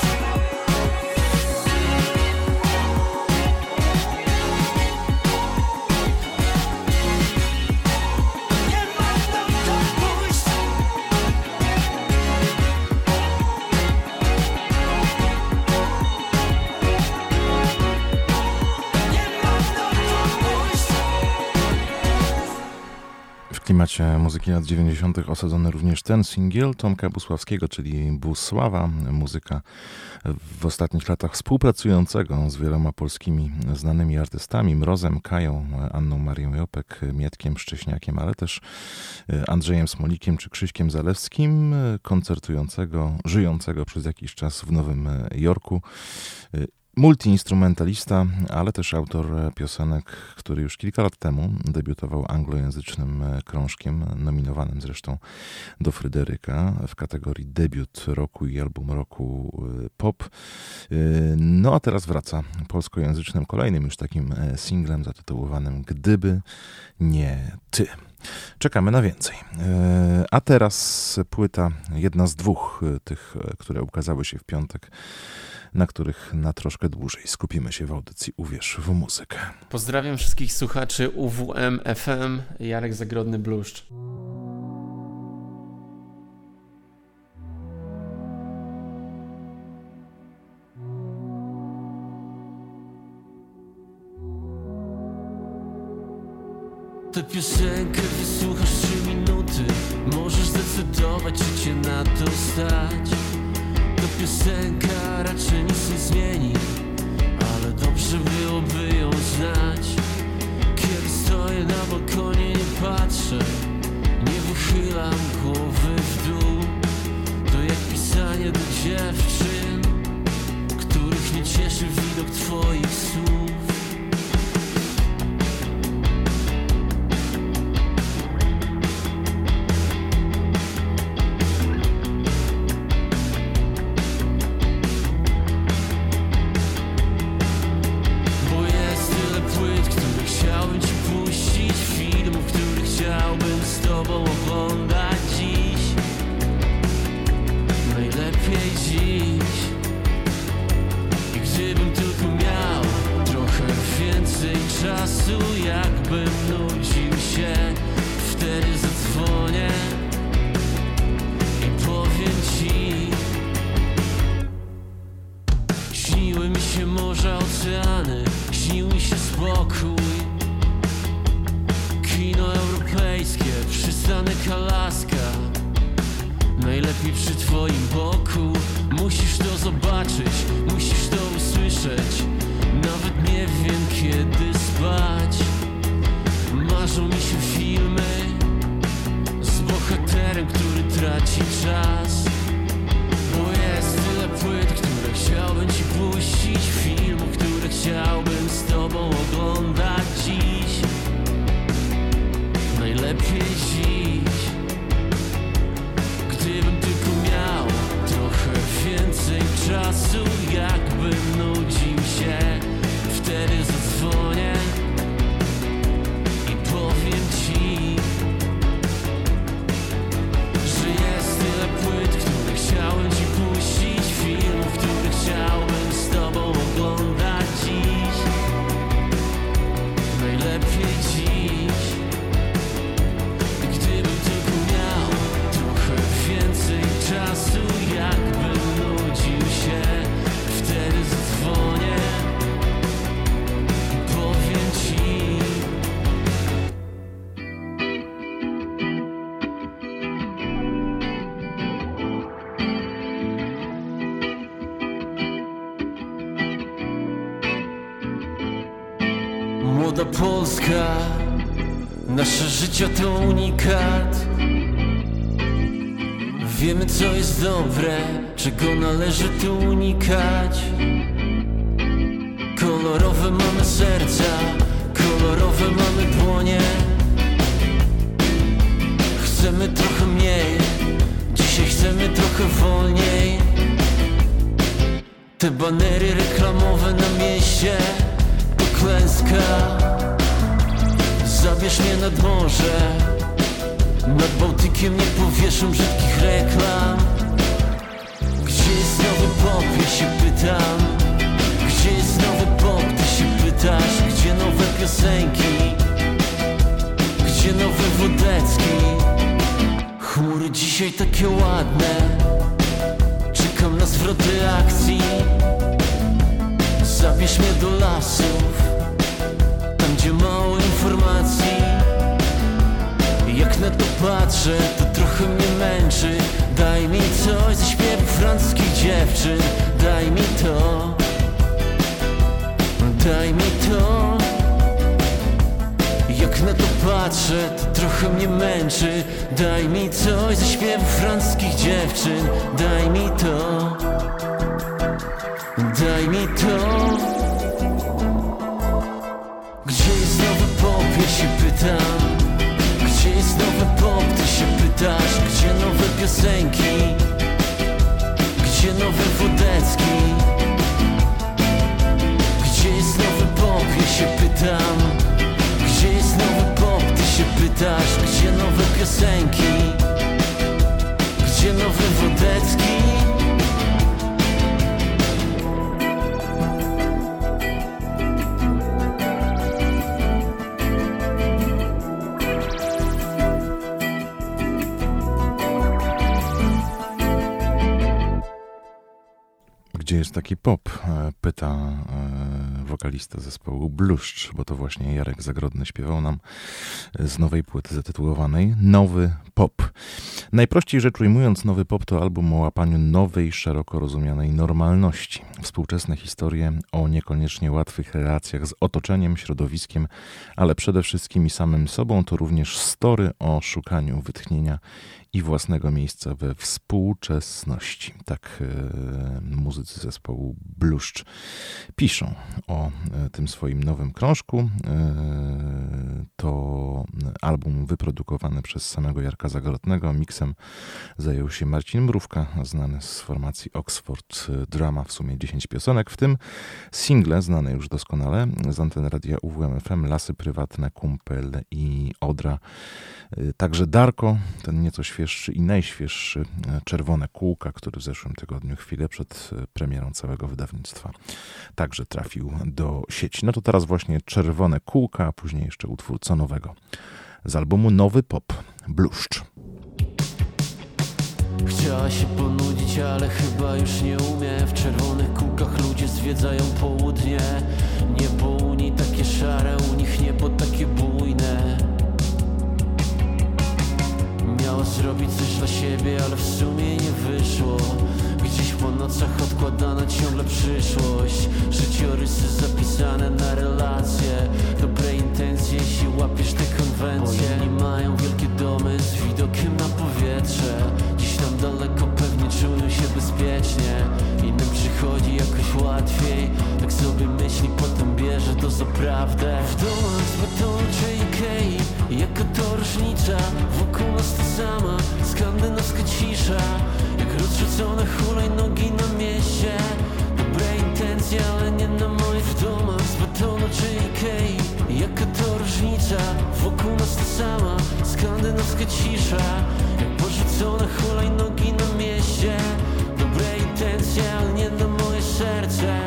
Nie mam dokąd pójść. Nie mam dokąd pójść. W klimacie muzyki lat dziewięćdziesiątych osadzony również ten singiel Tomka Busławskiego, czyli Busława, muzyka w ostatnich latach współpracującego z wieloma polskimi znanymi artystami, Mrozem, Kają, Anną Marią Jopek, Mietkiem Szcześniakiem, ale też Andrzejem Smolikiem czy Krzyśkiem Zalewskim, koncertującego, żyjącego przez jakiś czas w Nowym Jorku. Multiinstrumentalista, ale też autor piosenek, który już kilka lat temu debiutował anglojęzycznym krążkiem, nominowanym zresztą do Fryderyka w kategorii debiut roku i album roku pop. No a teraz wraca polskojęzycznym, kolejnym już takim singlem zatytułowanym Gdyby nie ty. Czekamy na więcej. A teraz płyta, jedna z dwóch tych, które ukazały się w piątek, na których na troszkę dłużej skupimy się w audycji Uwierz w muzykę. Pozdrawiam wszystkich słuchaczy U W M F M, Jarek Zagrodny-Bluszcz. Tę piosenkę wysłuchasz trzy minuty, możesz zdecydować, czy cię na to stać. Ta piosenka raczej nic nie zmieni, ale dobrze byłoby ją znać. Kiedy stoję na balkonie, nie patrzę, nie wychylam głowy w dół. To jak pisanie do dziewczyn, których nie cieszy widok twoich słów. I gdybym tylko miał łaska, najlepiej przy twoim boku. Musisz to zobaczyć, musisz to usłyszeć. Nawet nie wiem kiedy spać. Marzą mi się filmy z bohaterem, który traci czas. Bo jest tyle płyt, które chciałbym ci puścić, filmów, które chciałbym z tobą oglądać dziś. Najlepiej dziś. Gdybym tylko miał trochę więcej czasu, jakbym nudził się, wtedy zadzwonię i powiem ci, że jest tyle płyt, które chciałem ci puścić, filmów, które chciałbym z tobą oglądać dziś. Najlepiej dziś. Gdybym tylko miał trochę więcej czasu, jakbym nudził się, wtedy zadzwonię i powiem ci. Młoda Polska, nasze życie to unikat. Wiemy co jest dobre, czego należy tu unikać. Kolorowe mamy serca, kolorowe mamy dłonie. Chcemy trochę mniej, dzisiaj chcemy trochę wolniej. Te banery reklamowe na mieście to klęska. Zabierz mnie nad morze, nad Bałtykiem nie powieszą brzydkich reklam. Gdzie jest nowy pop, ja się pytam. Gdzie jest nowy pop, ty się pytasz. Gdzie nowe piosenki, gdzie nowy Wodecki. Chmury dzisiaj takie ładne, czekam na zwroty akcji. Zabierz mnie do lasów, tam gdzie mało informacji. Jak na to patrzę, to trochę mnie męczy. Daj mi coś ze śpiewów francuskich dziewczyn. Daj mi to, daj mi to. Jak na to patrzę, to trochę mnie męczy. Daj mi coś ze śpiewów francuskich dziewczyn. Daj mi to, daj mi to. Gdzie jest nowy pop, ja się pytam. Gdzie jest nowy pop, ty się pytasz. Gdzie nowe piosenki, gdzie nowy Wodecki. Gdzie jest nowy pop, ja się pytam. Gdzie jest nowy pop, ty się pytasz. Gdzie nowe piosenki, gdzie nowy Wodecki. Gdzie jest taki pop? Pyta wokalista zespołu Bluszcz, bo to właśnie Jarek Zagrodny śpiewał nam z nowej płyty zatytułowanej Nowy Pop. Najprościej rzecz ujmując, Nowy Pop to album o łapaniu nowej, szeroko rozumianej normalności. Współczesne historie o niekoniecznie łatwych relacjach z otoczeniem, środowiskiem, ale przede wszystkim i samym sobą to również story o szukaniu wytchnienia i własnego miejsca we współczesności. Tak e, muzycy zespołu Bluszcz piszą o e, tym swoim nowym krążku. E, to album wyprodukowany przez samego Jarka Zagrodnego. Miksem zajął się Marcin Mrówka, znany z formacji Oxford Drama, w sumie dziesięć piosenek, w tym single znane już doskonale z anten radia U W M F M, Lasy Prywatne, Kumpel i Odra. E, także Darko, ten nieco świeższy i najświeższy Czerwone Kółka, który w zeszłym tygodniu, chwilę przed premierą całego wydawnictwa, także trafił do sieci. No to teraz właśnie Czerwone Kółka, a później jeszcze utwór co nowego z albumu Nowy Pop, Bluszcz. Chciała się ponudzić, ale chyba już nie umie. W czerwonych kółkach ludzie zwiedzają południe. Niebo u niej takie szare, u nich niebo takie bujne. Miała z zrobić coś dla siebie, ale w sumie nie wyszło. Gdzieś po nocach odkładana ciągle przyszłość. Życiorysy zapisane na relacje, dobre intencje, jeśli łapiesz te konwencje. Oni mają wielkie domy z widokiem na powietrze. Dziś tam daleko pewnie czują się bezpiecznie. Innym przychodzi jakoś łatwiej, tak sobie myśli, potem bierze to za prawdę. W domach z betonu czy Ikei, jaka to różnica? Wokół nas ta sama skandynawska cisza, jak rozrzucone hulajnogi na mieście. Dobre intencje, ale nie na moich. W domach z betonu czy Ikei, jaka to różnica? Wokół nas ta sama skandynawska cisza, jak porzucone hulajnogi na mieście. Dobre intencje, ale nie na moje serce.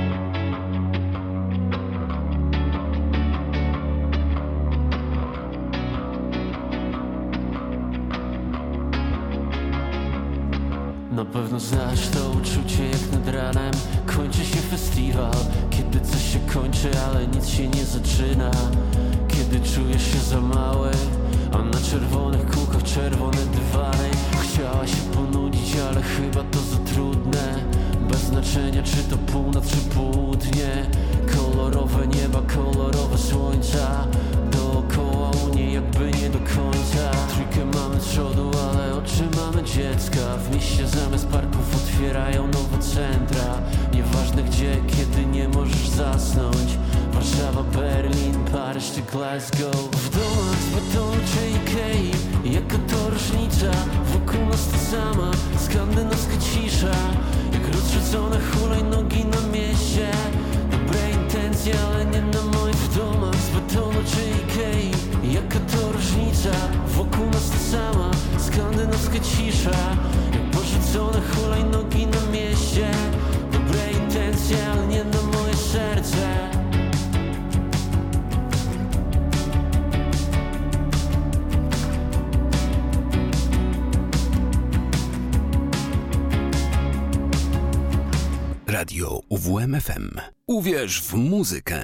Na pewno znasz to uczucie, jak nad ranem kończy się festiwal, kiedy coś się kończy, ale nic się nie zaczyna. Kiedy czujesz się za mały, a na czerwonych kółkach czerwone dywany. Chciała się ponudzić, ale chyba to za trudne. Bez znaczenia, czy to północ, czy południe. Kolorowe nieba, kolorowe słońca. Dookoła Unii jakby nie do końca. Trójkę mamy z przodu, ale oczy mamy dziecka. W mieście zamiast parków otwierają nowe centra. Nieważne gdzie, kiedy nie możesz zasnąć. Warszawa, Berlin, Paryż czy Glasgow. W domach z betonu czy Ikei, jaka to różnica? Wokół nas ta sama skandynawska cisza, jak rozrzucone hulajnogi na mieście. Dobre intencje, ale nie na moich. W domach z betonu czy Ikei, jaka to różnica? Wokół nas ta sama skandynawska cisza, jak porzucone hulajnogi na mieście. Dobre intencje, ale nie na moje serce. Radio U W M F M. Uwierz w muzykę.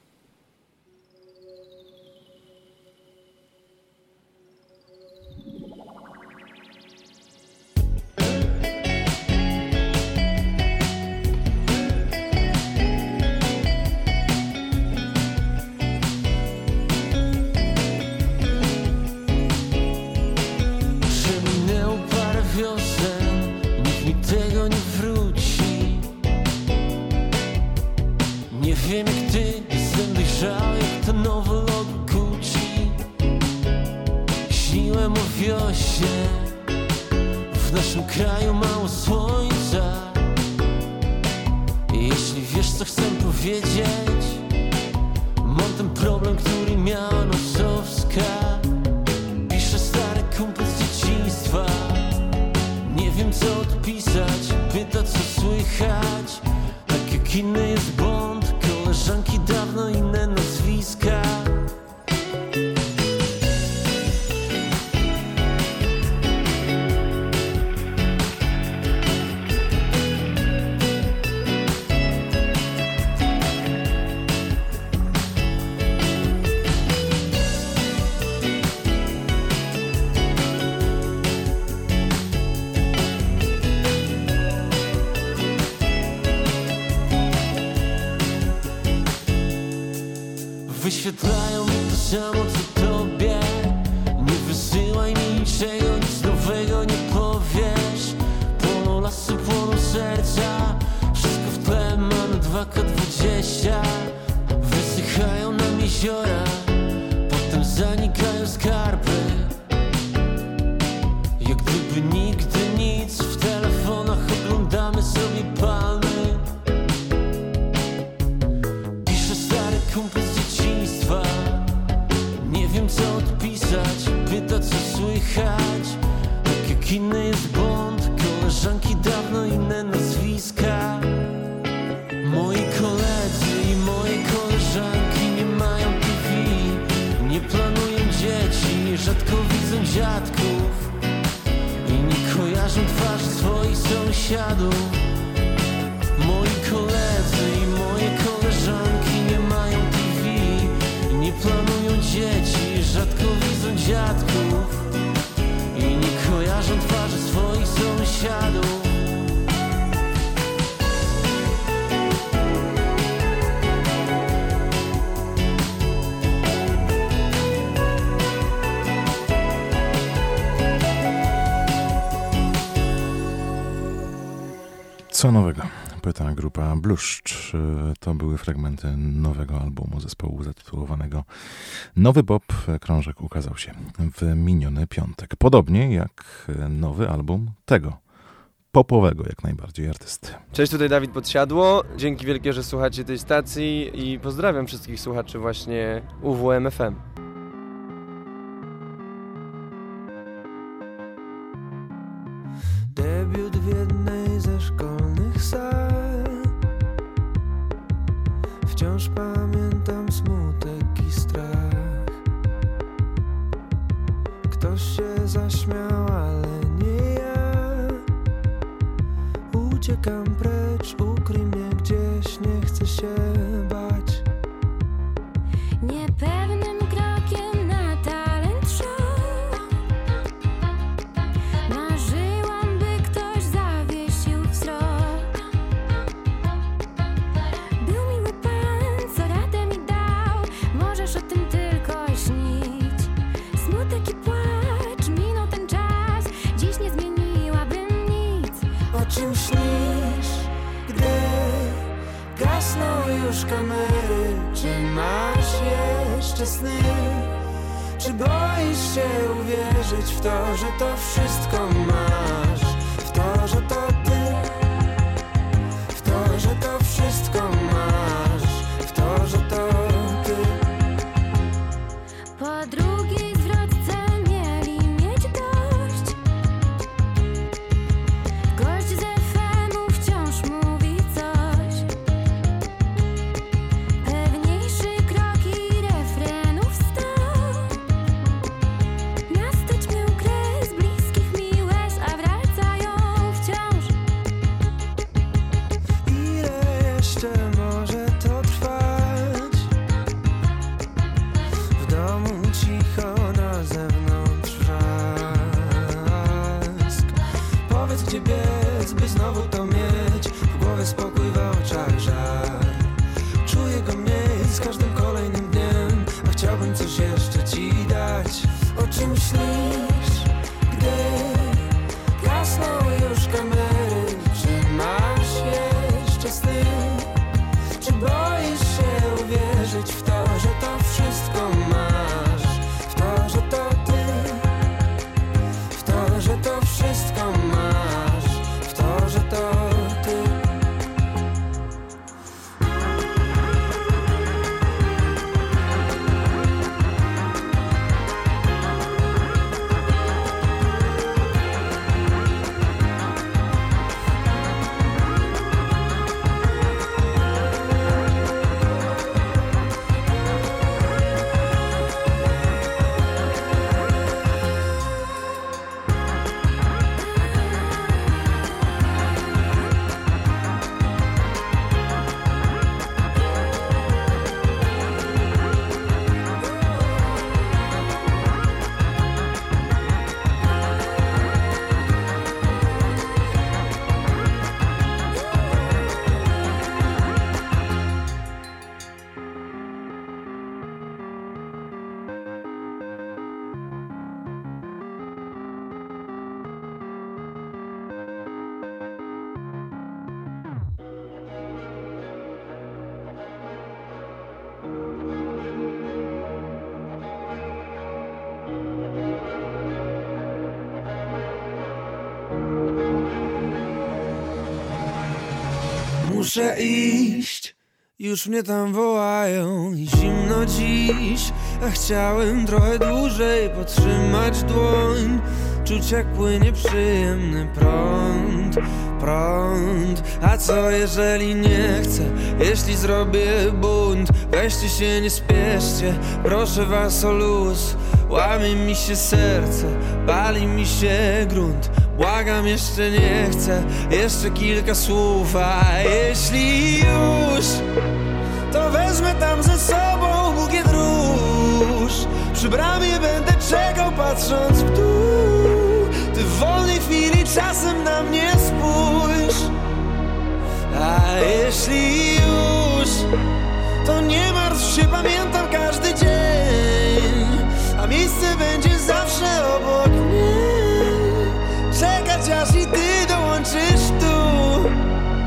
Przeminęło parę wiosen, nikt mi tego nie wróci. Nie wiem jak ty, jestem dojrzały jak to nowe logo Gucci. Śniłem o wiośnie, w naszym kraju mało słońca. Jeśli wiesz co chcę powiedzieć, mam ten problem, który miała Nosowska. Piszę stary kumpel z dzieciństwa, nie wiem co odpisać, pyta co słychać. Tak jak inny jest Bond, koleżanki dawno inne nazwiska. Wyświetlają mi to samo co tobie. Nie wysyłaj mi niczego, nic nowego nie powiesz. Płoną lasy, płoną serca, wszystko w tle, mamy dwa K dwadzieścia. Wysychają nam jeziora, potem zanikają skarby. Jak gdyby nigdy nic, w telefonach oglądamy sobie palmy. Pisze stary kumpel z dzieciństwa, nie wiem co odpisać, pyta co słychać. Tak jak inny jest Bond, koleżanki dawno inne nazwiska. Moi koledzy i moje koleżanki nie mają T V, nie planują dzieci, rzadko widzą dziadków i nie kojarzą twarzy swoich sąsiadów. Moi koledzy i moje koleżanki nie mają T V, nie planują dzieci, rzadko widzą dziadków i nie Co nowego? Pyta grupa Bluszcz. To były fragmenty nowego albumu zespołu zatytułowanego Nowy Bob. Krążek ukazał się w miniony piątek. Podobnie jak nowy album tego popowego jak najbardziej artysty. Cześć, tutaj Dawid Podsiadło. Dzięki wielkie, że słuchacie tej stacji i pozdrawiam wszystkich słuchaczy właśnie U W M F M. Debiut w jednej ze szkolnych sal. Wciąż pamiętam smutek i strach. Ktoś się zaśmiał, ale nie ja. Uciekam precz, ukryj mnie gdzieś, nie chcę się bać. Niepewnym krokiem na talent show marzyłam, by ktoś zawiesił wzrok. Był miły pan, co radę mi dał, możesz o tym tylko śnić. Smutek i płacz, minął ten czas, dziś nie zmieniłabym nic. O czym śnisz, gdy gasną już kamery? Czy masz jeszcze sny? Czy boisz się uwierzyć w to, że to wszystko masz? W to, że to ty? W to, że to wszystko masz? W to, że to ty? Po drugiej zwrotce mieli mieć dość. Gość z F M-u wciąż mówi coś. Pewniejszy krok i refrenów sto. Miasto ćmią kres bliskich mi łez, a wracają wciąż. Ile jeszcze może to trwać? W domu cicho, na zewnątrz wrzask. Powiedz, gdzie biec, by znowu to mieć. W głowie spokój, w oczach żar. Czuję go mniej z każdym kolejnym dniem, a chciałbym coś jeszcze ci dać. O czym myślisz, gdy gasną już kamery? Czy masz jeszcze sny? Czy boisz się uwierzyć w to, że to wszystko masz? W to, że to ty? W to, że to wszystko masz? W to, że to ty? Muszę iść, już mnie tam wołają i zimno dziś, a chciałem trochę dłużej podtrzymać dłoń, czuć jak płynie przyjemny prąd, prąd. A co jeżeli nie chcę, jeśli zrobię bunt? Weźcie się, nie spieszcie, proszę was o luz. Łamie mi się serce, pali mi się grunt. Błagam, jeszcze nie chcę, jeszcze kilka słów. A jeśli już, to wezmę tam ze sobą bukiet róż. Przy bramie będę czekał, patrząc w dół. Ty w wolnej chwili czasem na mnie spójrz. A jeśli już, to nie martw się, pamiętam każdy dzień. A miejsce będzie zawsze obok mnie. Czekać aż i ty dołączysz tu.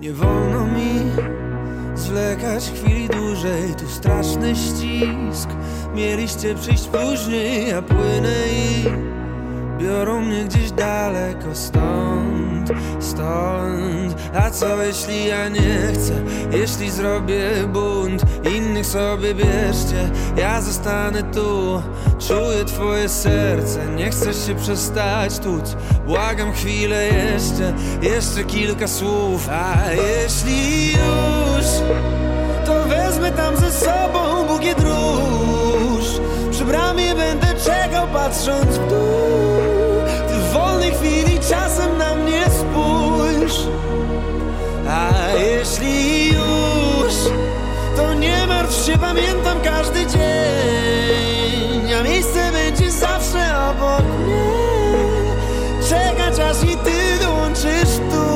Nie wolno mi zwlekać chwili dłużej, tu straszny ścisk. Mieliście przyjść później, ja płynę i biorą mnie gdzieś daleko stąd, stąd. A co jeśli ja nie chcę, jeśli zrobię bunt? Innych sobie bierzcie, ja zostanę tu. Czuję twoje serce, nie chcę się przestać tłuc. Błagam chwilę jeszcze, jeszcze kilka słów. A jeśli już, to wezmę tam ze sobą bukiet róż. Przy bramie będę czekał, patrząc w dół. Ty w wolnej chwili czasem na mnie spójrz. A jeśli już, to nie martw się, pamiętam każdy dzień. A miejsce będzie zawsze obok mnie. Czekać aż i ty dołączysz tu.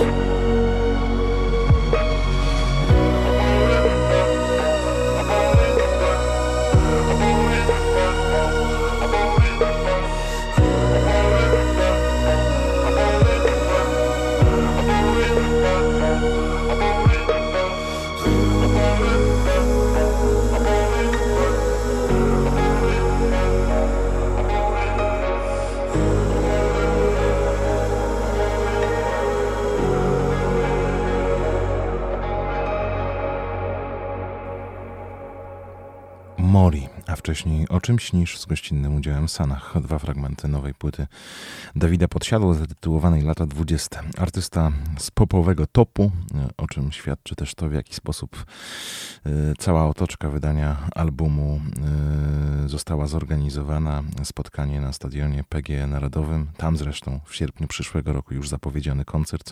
Mori, a wcześniej O czym śnisz z gościnnym udziałem Sanach. Dwa fragmenty nowej płyty Dawida Podsiadło zatytułowanej Lata dwudzieste. Artysta z popowego topu, o czym świadczy też to, w jaki sposób y, cała otoczka wydania albumu y, została zorganizowana. Spotkanie na stadionie P G E Narodowym. Tam zresztą w sierpniu przyszłego roku już zapowiedziany koncert,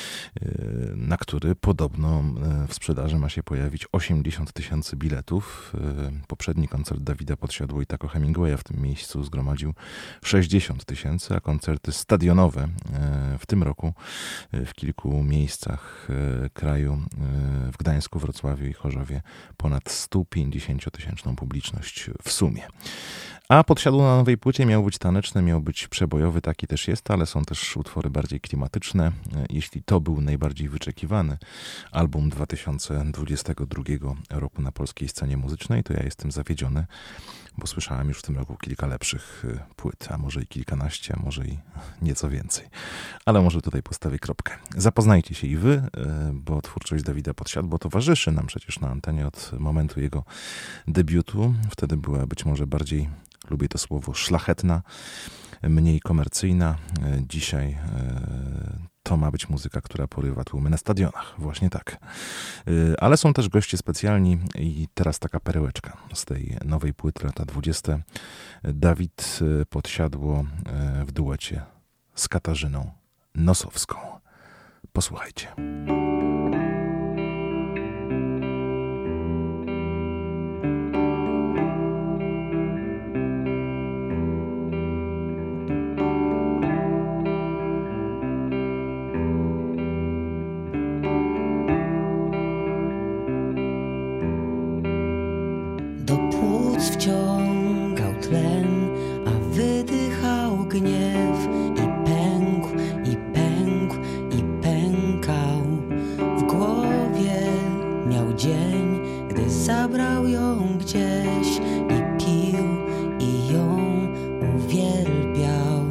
y, na który podobno y, w sprzedaży ma się pojawić osiemdziesiąt tysięcy biletów. Y, poprzedni koncert Dawida Podsiadło i Taco Hemingwaya w tym miejscu zgromadził sześćdziesiąt tysięcy, a koncerty stadionowe w tym roku w kilku miejscach kraju, w Gdańsku, Wrocławiu i Chorzowie, ponad sto pięćdziesiąt tysięczną publiczność w sumie. A Podsiadło na nowej płycie miał być taneczny, miał być przebojowy, taki też jest, ale są też utwory bardziej klimatyczne. Jeśli to był najbardziej wyczekiwany album dwa tysiące dwudziestego drugiego roku na polskiej scenie muzycznej, to ja jestem zawiedziony, bo słyszałem już w tym roku kilka lepszych płyt, a może i kilkanaście, a może i nieco więcej. Ale może tutaj postawię kropkę. Zapoznajcie się i wy, bo twórczość Dawida Podsiadło towarzyszy nam przecież na antenie od momentu jego debiutu. Wtedy była być może bardziej, lubię to słowo, szlachetna, mniej komercyjna. Dzisiaj to ma być muzyka, która porywa tłumy na stadionach. Właśnie tak. Ale są też goście specjalni i teraz taka perełeczka z tej nowej płyty Lata dwudzieste. Dawid Podsiadło w duecie z Katarzyną Nosowską. Posłuchajcie. Wciągał tlen, a wydychał gniew i pękł, i pękł, i pękał. W głowie miał dzień, gdy zabrał ją gdzieś i pił, i ją uwielbiał.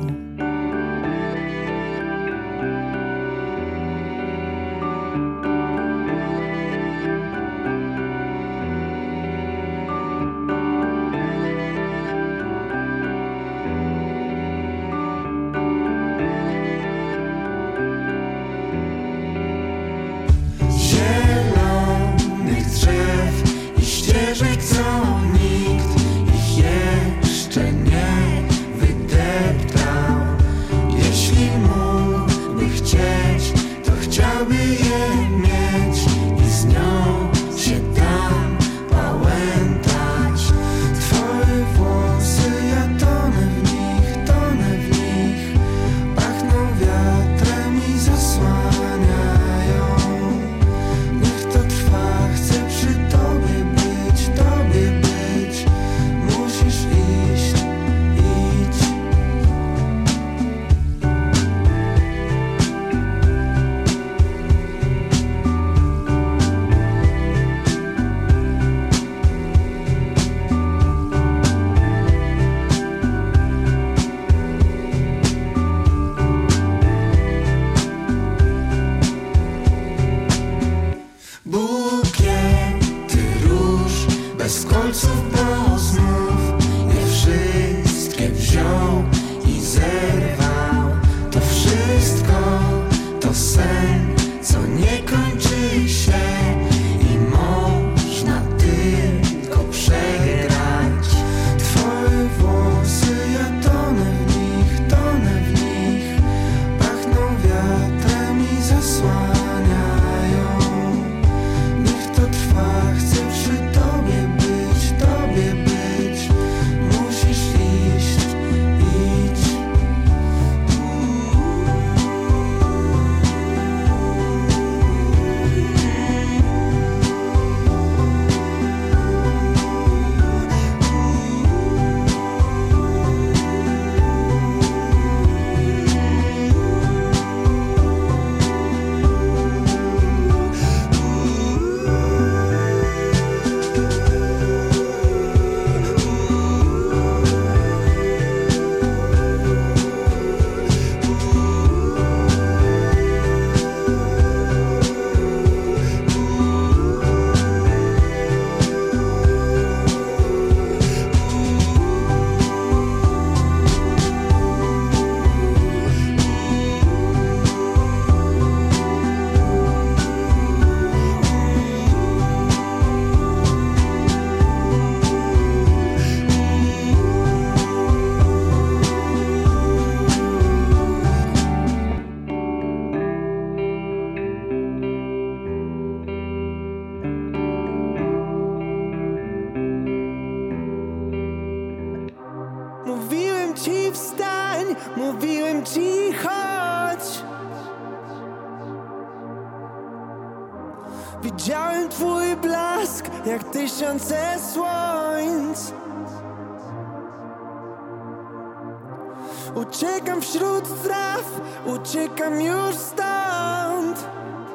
ci wstań, mówiłem ci chodź. Widziałem twój blask jak tysiące słońc. Uciekam wśród traw, uciekam już stąd.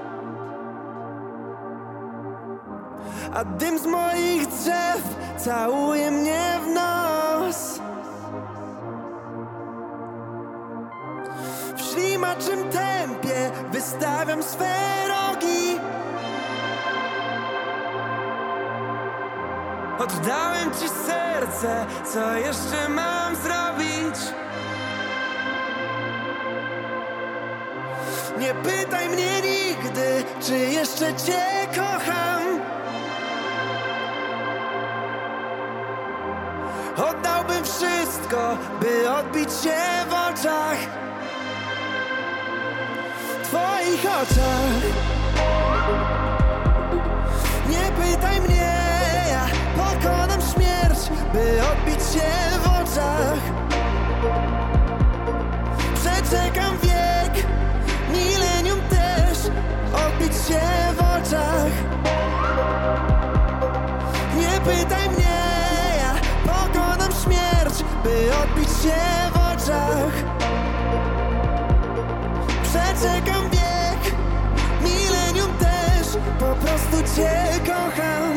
A dym z moich drzew całuje mnie w nos. W ślimaczym tempie wystawiam swe rogi. Oddałem ci serce, co jeszcze mam zrobić? Nie pytaj mnie nigdy, czy jeszcze cię kocham. Oddałbym wszystko, by odbić się w oczach, twoich oczach. Nie pytaj mnie, ja pokonam śmierć, by odbić się w oczach. Przeczekam wiek, milenium też, odbić się w oczach. Nie pytaj mnie, ja pokonam śmierć, by odbić się w oczach. Przeczekam wiek, milenium też, po prostu cię kocham.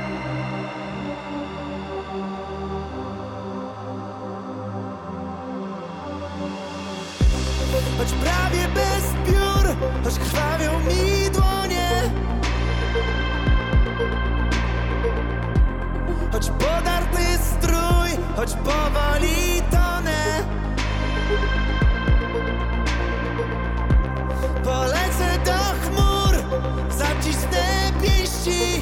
Choć prawie bez piór, choć krwawią mi dłonie, choć podarty strój, choć powoli tonę. Polecę do chmur, zacisnę pięści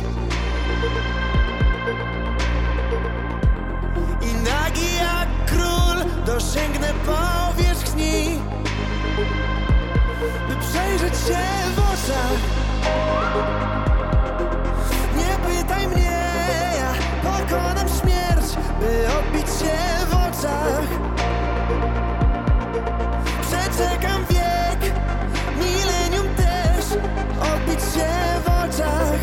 i nagi jak król dosięgnę powierzchni, by przejrzeć się w oczach. Nie pytaj mnie, ja pokonam śmierć, by odbić się w oczach. Przeczekam wiek, milenium też, odbić się w oczach.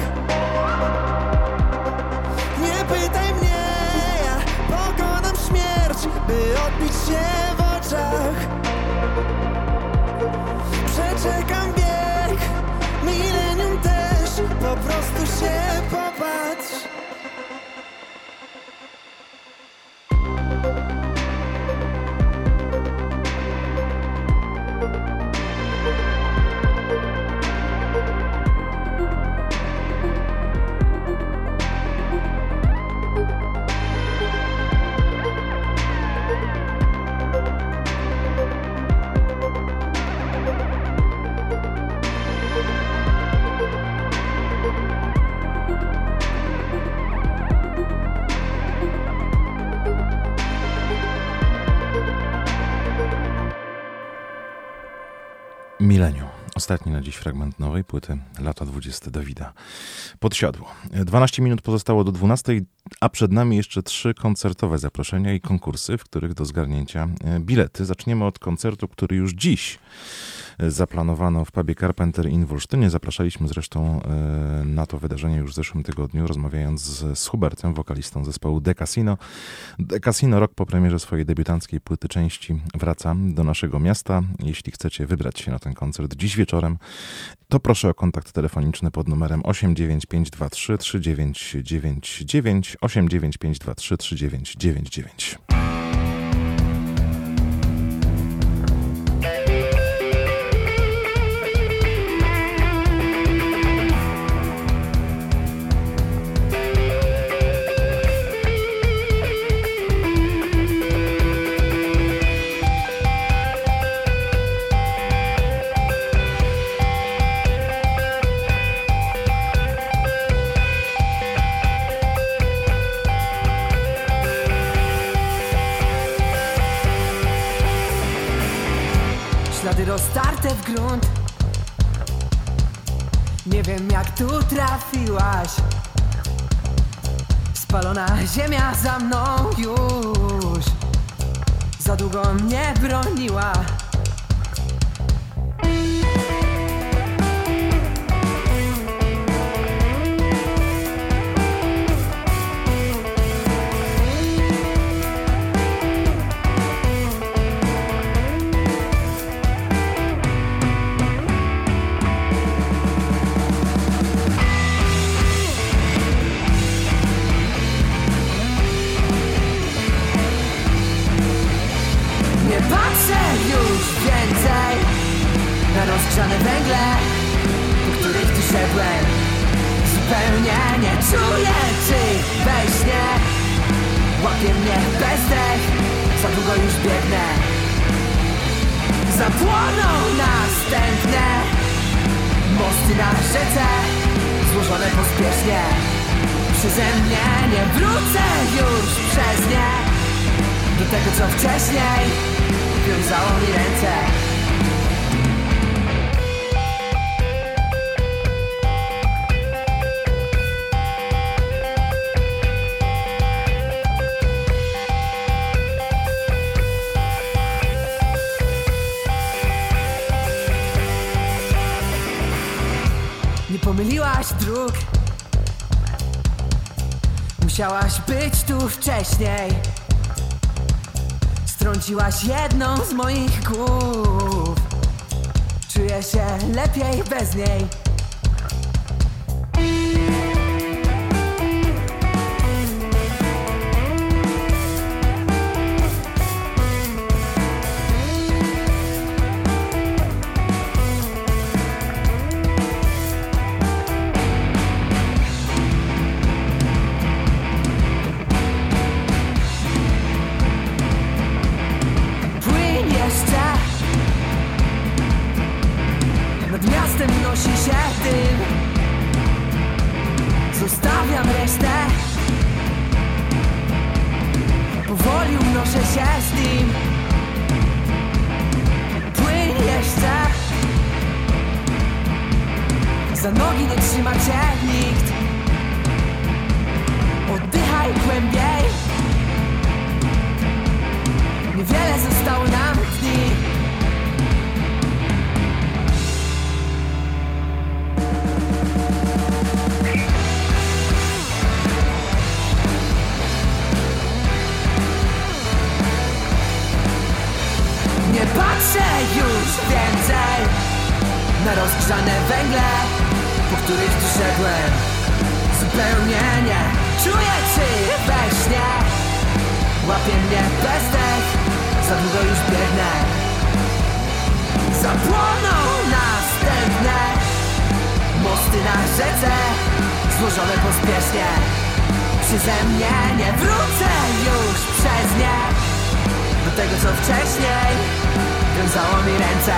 Nie pytaj mnie, ja pokonam śmierć, by odbić się w oczach. Przeczekam wiek, milenium też, po prostu się popatrz. Milenium. Ostatni na dziś fragment nowej płyty Lata dwudzieste Dawida Podsiadło. dwanaście minut pozostało do dwunastej, a przed nami jeszcze trzy koncertowe zaproszenia i konkursy, w których do zgarnięcia bilety. Zaczniemy od koncertu, który już dziś zaplanowano w pubie Carpenter Inn w Olsztynie. Zapraszaliśmy zresztą na to wydarzenie już w zeszłym tygodniu, rozmawiając z, z Hubertem, wokalistą zespołu The Casino. The Casino rok po premierze swojej debiutanckiej płyty części wraca do naszego miasta. Jeśli chcecie wybrać się na ten koncert dziś wieczorem, to proszę o kontakt telefoniczny pod numerem osiem dziewięć pięć dwa trzy trzy dziewięć dziewięć dziewięć, osiem dziewięć pięć dwa trzy trzy dziewięć dziewięć dziewięć. Ślady roztarte w grunt. Nie wiem jak tu trafiłaś. Spalona ziemia za mną już. za długo mnie broniła. Rozgrzane węgle, po których tu szedłem. Zupełnie nie czuję, czy we śnie łapie mnie bezdech. Za długo już biegnę. Zapłoną następne mosty na rzece, złożone pospiesznie. Przeze mnie nie wrócę już przez nie do tego, co wcześniej wiązało mi ręce. Nie pomyliłaś dróg, musiałaś być tu wcześniej. Strąciłaś jedną z moich głów. Czuję się lepiej bez niej. Nad miastem nosi się dym. Zostawiam resztę. Powoli unoszę się z nim. Płyń jeszcze. Za nogi nie trzyma cię nikt. Oddychaj głębiej. Niewiele zostało nam dni. Nie patrzę już więcej na rozgrzane węgle, po których tu szedłem. Zupełnie nie czuję, czy we śnie łapie mnie bezdech. Za długo już biegnę. Zapłoną następne mosty na rzece, złożone pospiesznie. Przeze mnie nie wrócę już przez nie do tego, co wcześniej wiązało mi ręce.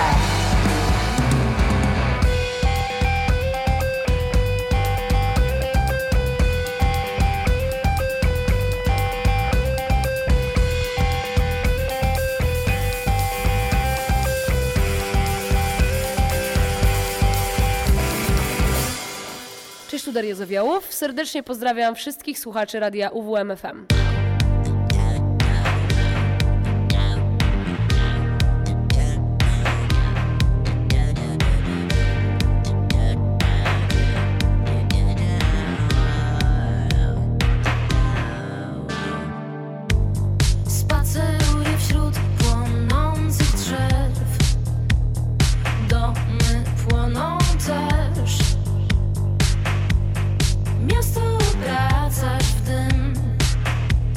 Cześć, tu Daria Zawiołów. Serdecznie pozdrawiam wszystkich słuchaczy radia U W M F M. Spaceruję wśród płonących drzew. Domy płoną też. Miasto obracasz w dym.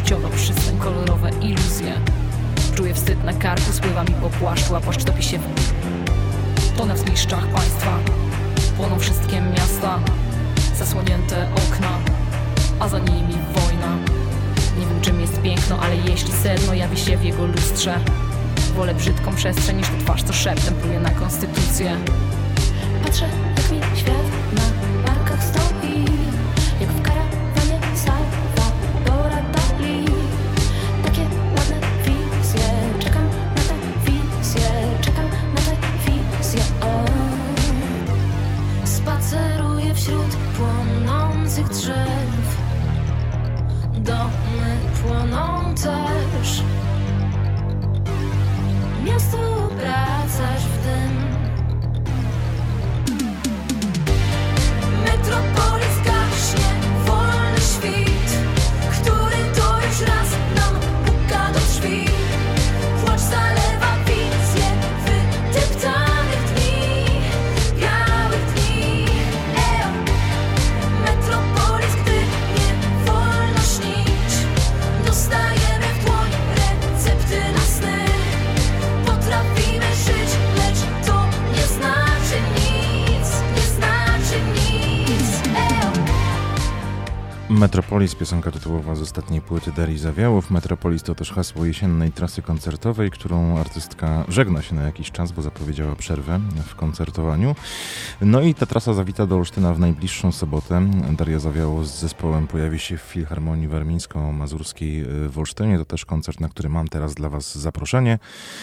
płciowo przystań, kolorowe iluzje. Czuję wstyd na karku, spływa mi po płaszczu, a płaszcz topi się w... Tonę w zgliszczach państwa. Płoną wszystkie miasta, zasłonięte okna, a za nimi wojna. Nie wiem, czym jest piękno, ale jeśli sedno jawi się w jego lustrze, wolę brzydką przestrzeń niż tę twarz, co szeptem pluje na konstytucję. Patrzę, jak mi świat na barkach stoi, jak w karawanie Salvadora Dali. Takie ładne wizje, czekam na tę wizję, czekam na tę wizję. O. Spaceruję wśród płonących drzew, domy płoną też. Miasto obracasz w dym. Metropolis gaśnie, wolny świt, który to już raz nam puka do drzwi. Płacz zalewa wizję wydeptanych dni, białych dni. Eo. Metropolis, gdy nie wolno śnić, dostajemy w dłoń recepty na sny. Potrafimy żyć, lecz to nie znaczy nic, nie znaczy nic. Eo. Metropolis, piosenka tytułowa z ostatniej płyty Darii Zawiałów. Metropolis to też hasło jesiennej trasy koncertowej, którą artystka żegna się na jakiś czas, bo zapowiedziała przerwę w koncertowaniu. No i ta trasa zawita do Olsztyna w najbliższą sobotę. Daria Zawiałow z zespołem pojawi się w Filharmonii Warmińsko-Mazurskiej w Olsztynie. To też koncert, na który mam teraz dla Was zaproszenie.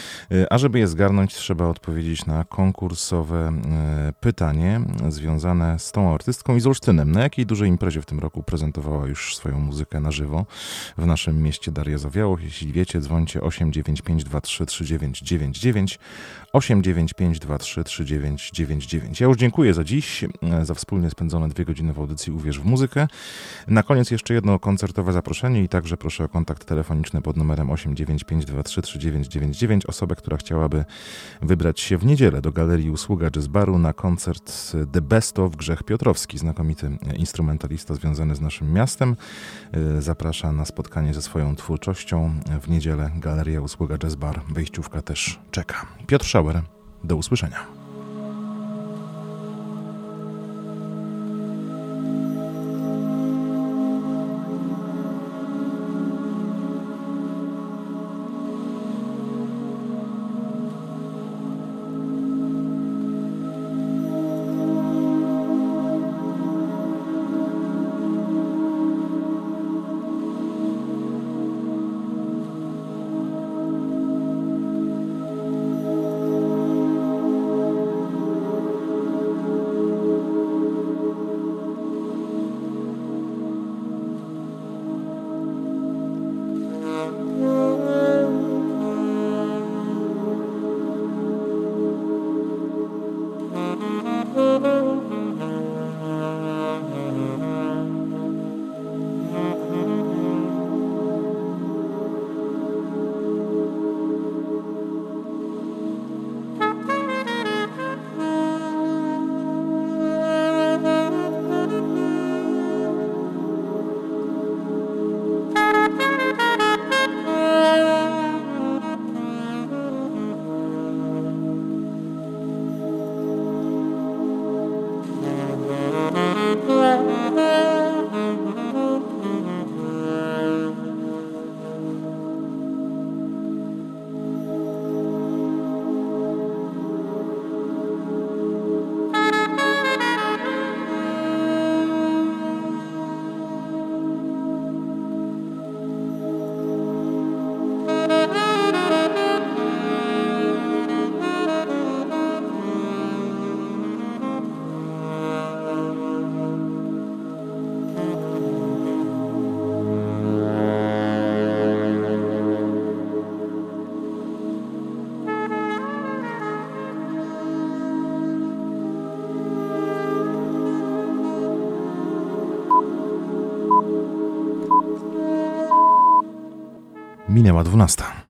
A żeby je zgarnąć, trzeba odpowiedzieć na konkursowe pytanie związane z tą artystką i z Olsztynem. Na jakiej dużej imprezie w tym roku prezentowała już swoją muzykę na żywo w naszym mieście Daria Zawiałow? Jeśli wiecie, dzwońcie osiem dziewięć pięć dwa trzy trzy dziewięć dziewięć dziewięć, osiem dziewięć pięć dwa trzy trzy dziewięć dziewięć dziewięć. Ja już dziękuję za dziś, za wspólnie spędzone dwie godziny w audycji Uwierz w muzykę. Na koniec jeszcze jedno koncertowe zaproszenie i także proszę o kontakt telefoniczny pod numerem osiem dziewięć pięć dwa trzy trzy dziewięć dziewięć dziewięć. Osobę, która chciałaby wybrać się w niedzielę do Galerii Usługa Jazz Baru na koncert The Best of Grzech Piotrowski, znakomity instrumentalista związany z naszym miastem. Zaprasza na spotkanie ze swoją twórczością w niedzielę. Galeria Usługa Jazz Bar. Wejściówka też czeka. Piotr Schauer, do usłyszenia. Minęła dwunasta.